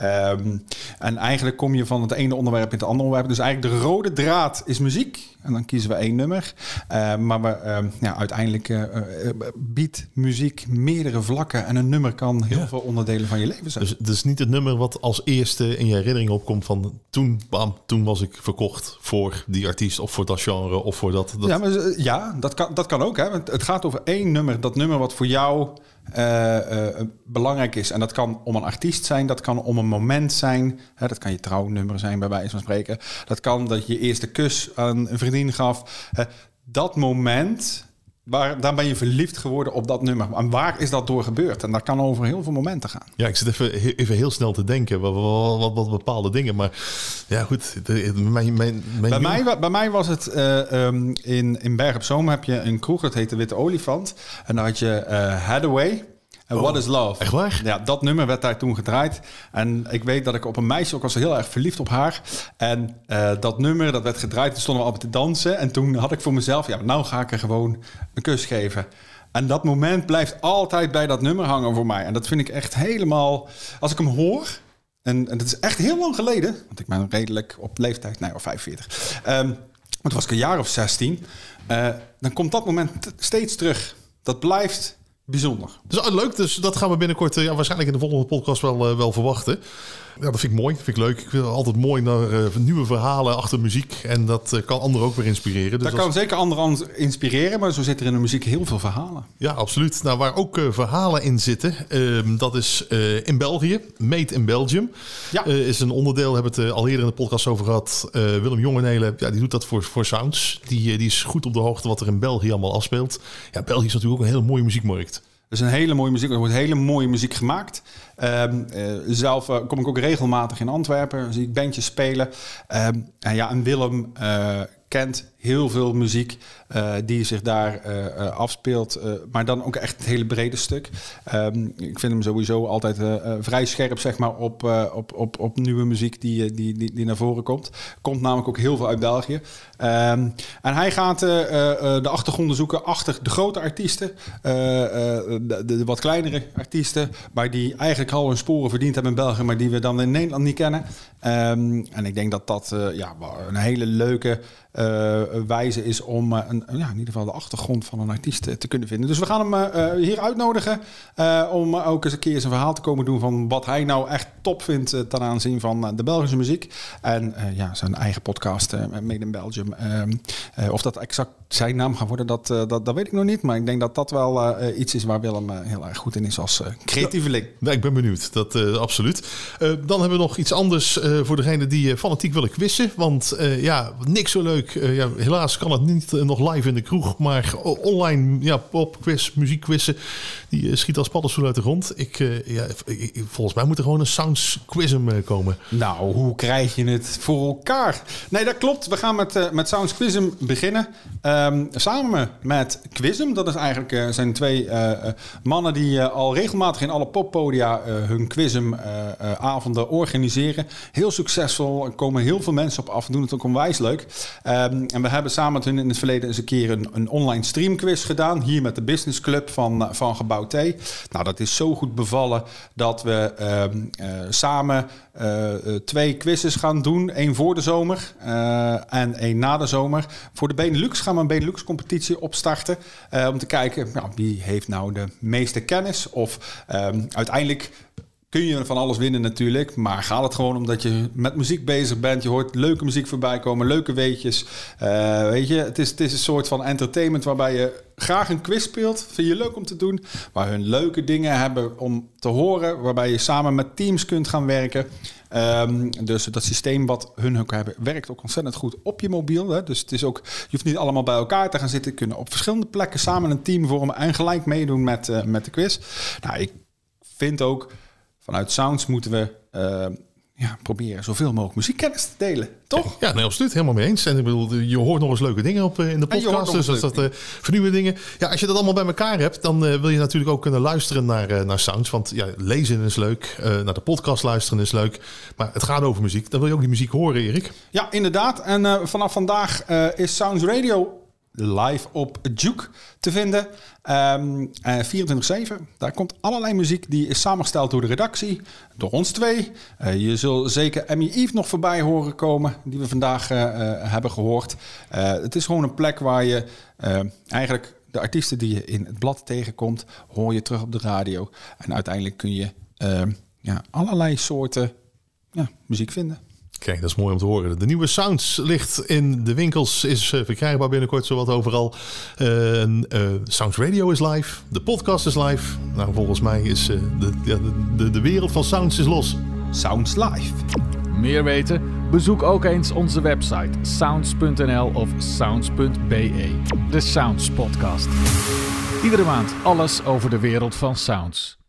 Um, en eigenlijk kom je van het ene onderwerp in het andere onderwerp. Dus eigenlijk de rode draad is muziek. En dan kiezen we één nummer. Uh, maar we, uh, ja, uiteindelijk uh, uh, biedt muziek meerdere vlakken. En een nummer kan heel ja. veel onderdelen van je leven zijn. Dus het is niet het nummer wat als eerste in je herinnering opkomt van toen, bam, toen was ik verkocht voor die artiest of voor dat genre of voor dat. dat... Ja, maar, ja dat, kan, dat kan ook. Hè. Het gaat over één nummer. Dat nummer wat voor jou uh, uh, belangrijk is. En dat kan om een artiest zijn. Dat kan om een moment zijn. Hè, dat kan je trouwnummer zijn bij wijze van spreken. Dat kan dat je eerste kus aan een vriendin gaf. Uh, dat moment, waar, daar ben je verliefd geworden op dat nummer. En waar is dat door gebeurd? En dat kan over heel veel momenten gaan. Ja, ik zit even, even heel snel te denken. Wat, wat, wat, wat bepaalde dingen. Maar ja, goed. Mijn, mijn, mijn bij, mij, bij mij was het uh, um, in, in Berg op Zoom heb je een kroeg. Dat heet de Witte Olifant. En daar had je uh, Hathaway. Uh, What oh, is Love? Echt waar? Ja, dat nummer werd daar toen gedraaid. En ik weet dat ik op een meisje ook was heel erg verliefd op haar. En uh, dat nummer, dat werd gedraaid. Toen stonden we altijd te dansen. En toen had ik voor mezelf, ja, nou ga ik er gewoon een kus geven. En dat moment blijft altijd bij dat nummer hangen voor mij. En dat vind ik echt helemaal... Als ik hem hoor... En, en dat is echt heel lang geleden. Want ik ben redelijk op leeftijd, nee, of vijfenveertig. Um, maar toen was ik een jaar of zestien. Uh, dan komt dat moment t- steeds terug. Dat blijft... bijzonder. Dus uh, leuk, dus dat gaan we binnenkort uh, ja, waarschijnlijk in de volgende podcast wel, uh, wel verwachten. Ja, dat vind ik mooi, dat vind ik leuk. Ik vind het altijd mooi naar uh, nieuwe verhalen achter muziek. En dat uh, kan anderen ook weer inspireren. Dus dat als... kan zeker anderen inspireren, maar zo zitten er in de muziek heel veel verhalen. Ja, absoluut. Nou, waar ook uh, verhalen in zitten, uh, dat is uh, in België. Made in Belgium. Ja. Uh, is een onderdeel, we hebben het uh, al eerder in de podcast over gehad. Uh, Willem Jongenelen, ja, die doet dat voor, voor Sounds. Die, uh, die is goed op de hoogte wat er in België allemaal afspeelt. Ja, België is natuurlijk ook een hele mooie muziekmarkt. Er is een hele mooie muziek. Er wordt hele mooie muziek gemaakt. Um, uh, zelf uh, kom ik ook regelmatig in Antwerpen. Zie ik bandjes spelen. Um, en ja, en Willem uh, kent heel veel muziek uh, die zich daar uh, uh, afspeelt. Uh, maar dan ook echt het hele brede stuk. Um, ik vind hem sowieso altijd uh, uh, vrij scherp, zeg maar, op, uh, op, op, op nieuwe muziek die, die, die, die naar voren komt. Komt namelijk ook heel veel uit België. Um, en hij gaat uh, uh, de achtergronden zoeken achter de grote artiesten. Uh, uh, de, de wat kleinere artiesten. Maar die eigenlijk al hun sporen verdiend hebben in België. Maar die we dan in Nederland niet kennen. Um, en ik denk dat dat uh, ja, een hele leuke uh, wijze is om uh, een, ja, in ieder geval de achtergrond van een artiest uh, te kunnen vinden. Dus we gaan hem uh, hier uitnodigen uh, om ook eens een keer zijn verhaal te komen doen van wat hij nou echt top vindt uh, ten aanzien van uh, de Belgische muziek. En uh, ja, zijn eigen podcast, uh, Made in Belgium. Uh, uh, of dat exact zijn naam gaat worden, dat, uh, dat, dat weet ik nog niet. Maar ik denk dat dat wel uh, iets is waar Willem uh, heel erg goed in is als uh, creatieveling. Ja, ik ben benieuwd, dat uh, absoluut. Uh, dan hebben we nog iets anders uh, voor degene die uh, fanatiek willen quizzen. Want uh, ja, niks zo leuk. Uh, ja, helaas kan het niet uh, nog live in de kroeg. Maar online ja, popquiz, muziekquizzen, die uh, schiet als paddenstoel uit de grond. Ik, uh, ja, ik, volgens mij moet er gewoon een Sounds Quizem uh, komen. Nou, hoe krijg je het voor elkaar? Nee, dat klopt. We gaan met, uh, met Sounds Quizem beginnen. Um, samen met Quizem. Dat is eigenlijk, uh, zijn twee uh, uh, mannen die uh, al regelmatig in alle poppodia uh, hun Quizem uh, uh, avonden organiseren. Heel succesvol. Er komen heel veel mensen op af. Doen het ook onwijs leuk. Um, en we hebben samen met hun in het verleden eens een keer een, een online streamquiz gedaan. Hier met de Business Club van, van Gebouw T. Nou, dat is zo goed bevallen dat we um, uh, samen uh, twee quizzes gaan doen. Eén voor de zomer uh, en één na de zomer. Voor de Benelux gaan we een Benelux competitie opstarten. Uh, om te kijken, nou, wie heeft nou de meeste kennis? Of um, uiteindelijk kun je van alles winnen natuurlijk. Maar gaat het gewoon omdat je met muziek bezig bent. Je hoort leuke muziek voorbij komen, leuke weetjes. Uh, weet je, het is, het is een soort van entertainment waarbij je graag een quiz speelt. Vind je leuk om te doen. Waar hun leuke dingen hebben om te horen. Waarbij je samen met teams kunt gaan werken. Um, dus dat systeem wat hun ook hebben, werkt ook ontzettend goed op je mobiel. Hè? Dus het is ook, je hoeft niet allemaal bij elkaar te gaan zitten. Je kunt op verschillende plekken samen een team vormen en gelijk meedoen met, uh, met de quiz. Nou, ik vind ook, vanuit Sounds moeten we uh, ja, proberen zoveel mogelijk muziekkennis te delen. Toch? Ja, nee, absoluut. Helemaal mee eens. En ik bedoel, je hoort nog eens leuke dingen op, uh, in de En je hoort podcast. nog Dus eens dat, dat uh, vernieuwende dingen. Ja, als je dat allemaal bij elkaar hebt, dan uh, wil je natuurlijk ook kunnen luisteren naar, uh, naar sounds. Want ja, lezen is leuk. Uh, naar de podcast luisteren is leuk. Maar het gaat over muziek. Dan wil je ook die muziek horen, Erik. Ja, inderdaad. En uh, vanaf vandaag uh, is Sounds Radio live op Juke te vinden. Um, uh, vierentwintig zeven. Daar komt allerlei muziek die is samengesteld door de redactie. Door ons twee. Uh, je zult zeker Emmy Eve nog voorbij horen komen. Die we vandaag uh, uh, hebben gehoord. Uh, het is gewoon een plek waar je uh, eigenlijk de artiesten die je in het blad tegenkomt, hoor je terug op de radio. En uiteindelijk kun je uh, ja, allerlei soorten ja, muziek vinden. Kijk, dat is mooi om te horen. De nieuwe Sounds ligt in de winkels, is uh, verkrijgbaar binnenkort zowat overal. Uh, uh, Sounds Radio is live, de podcast is live. Nou, volgens mij is uh, de, ja, de, de wereld van Sounds is los. Sounds live. Meer weten? Bezoek ook eens onze website sounds punt n l of sounds punt b e. De Sounds Podcast. Iedere maand alles over de wereld van sounds.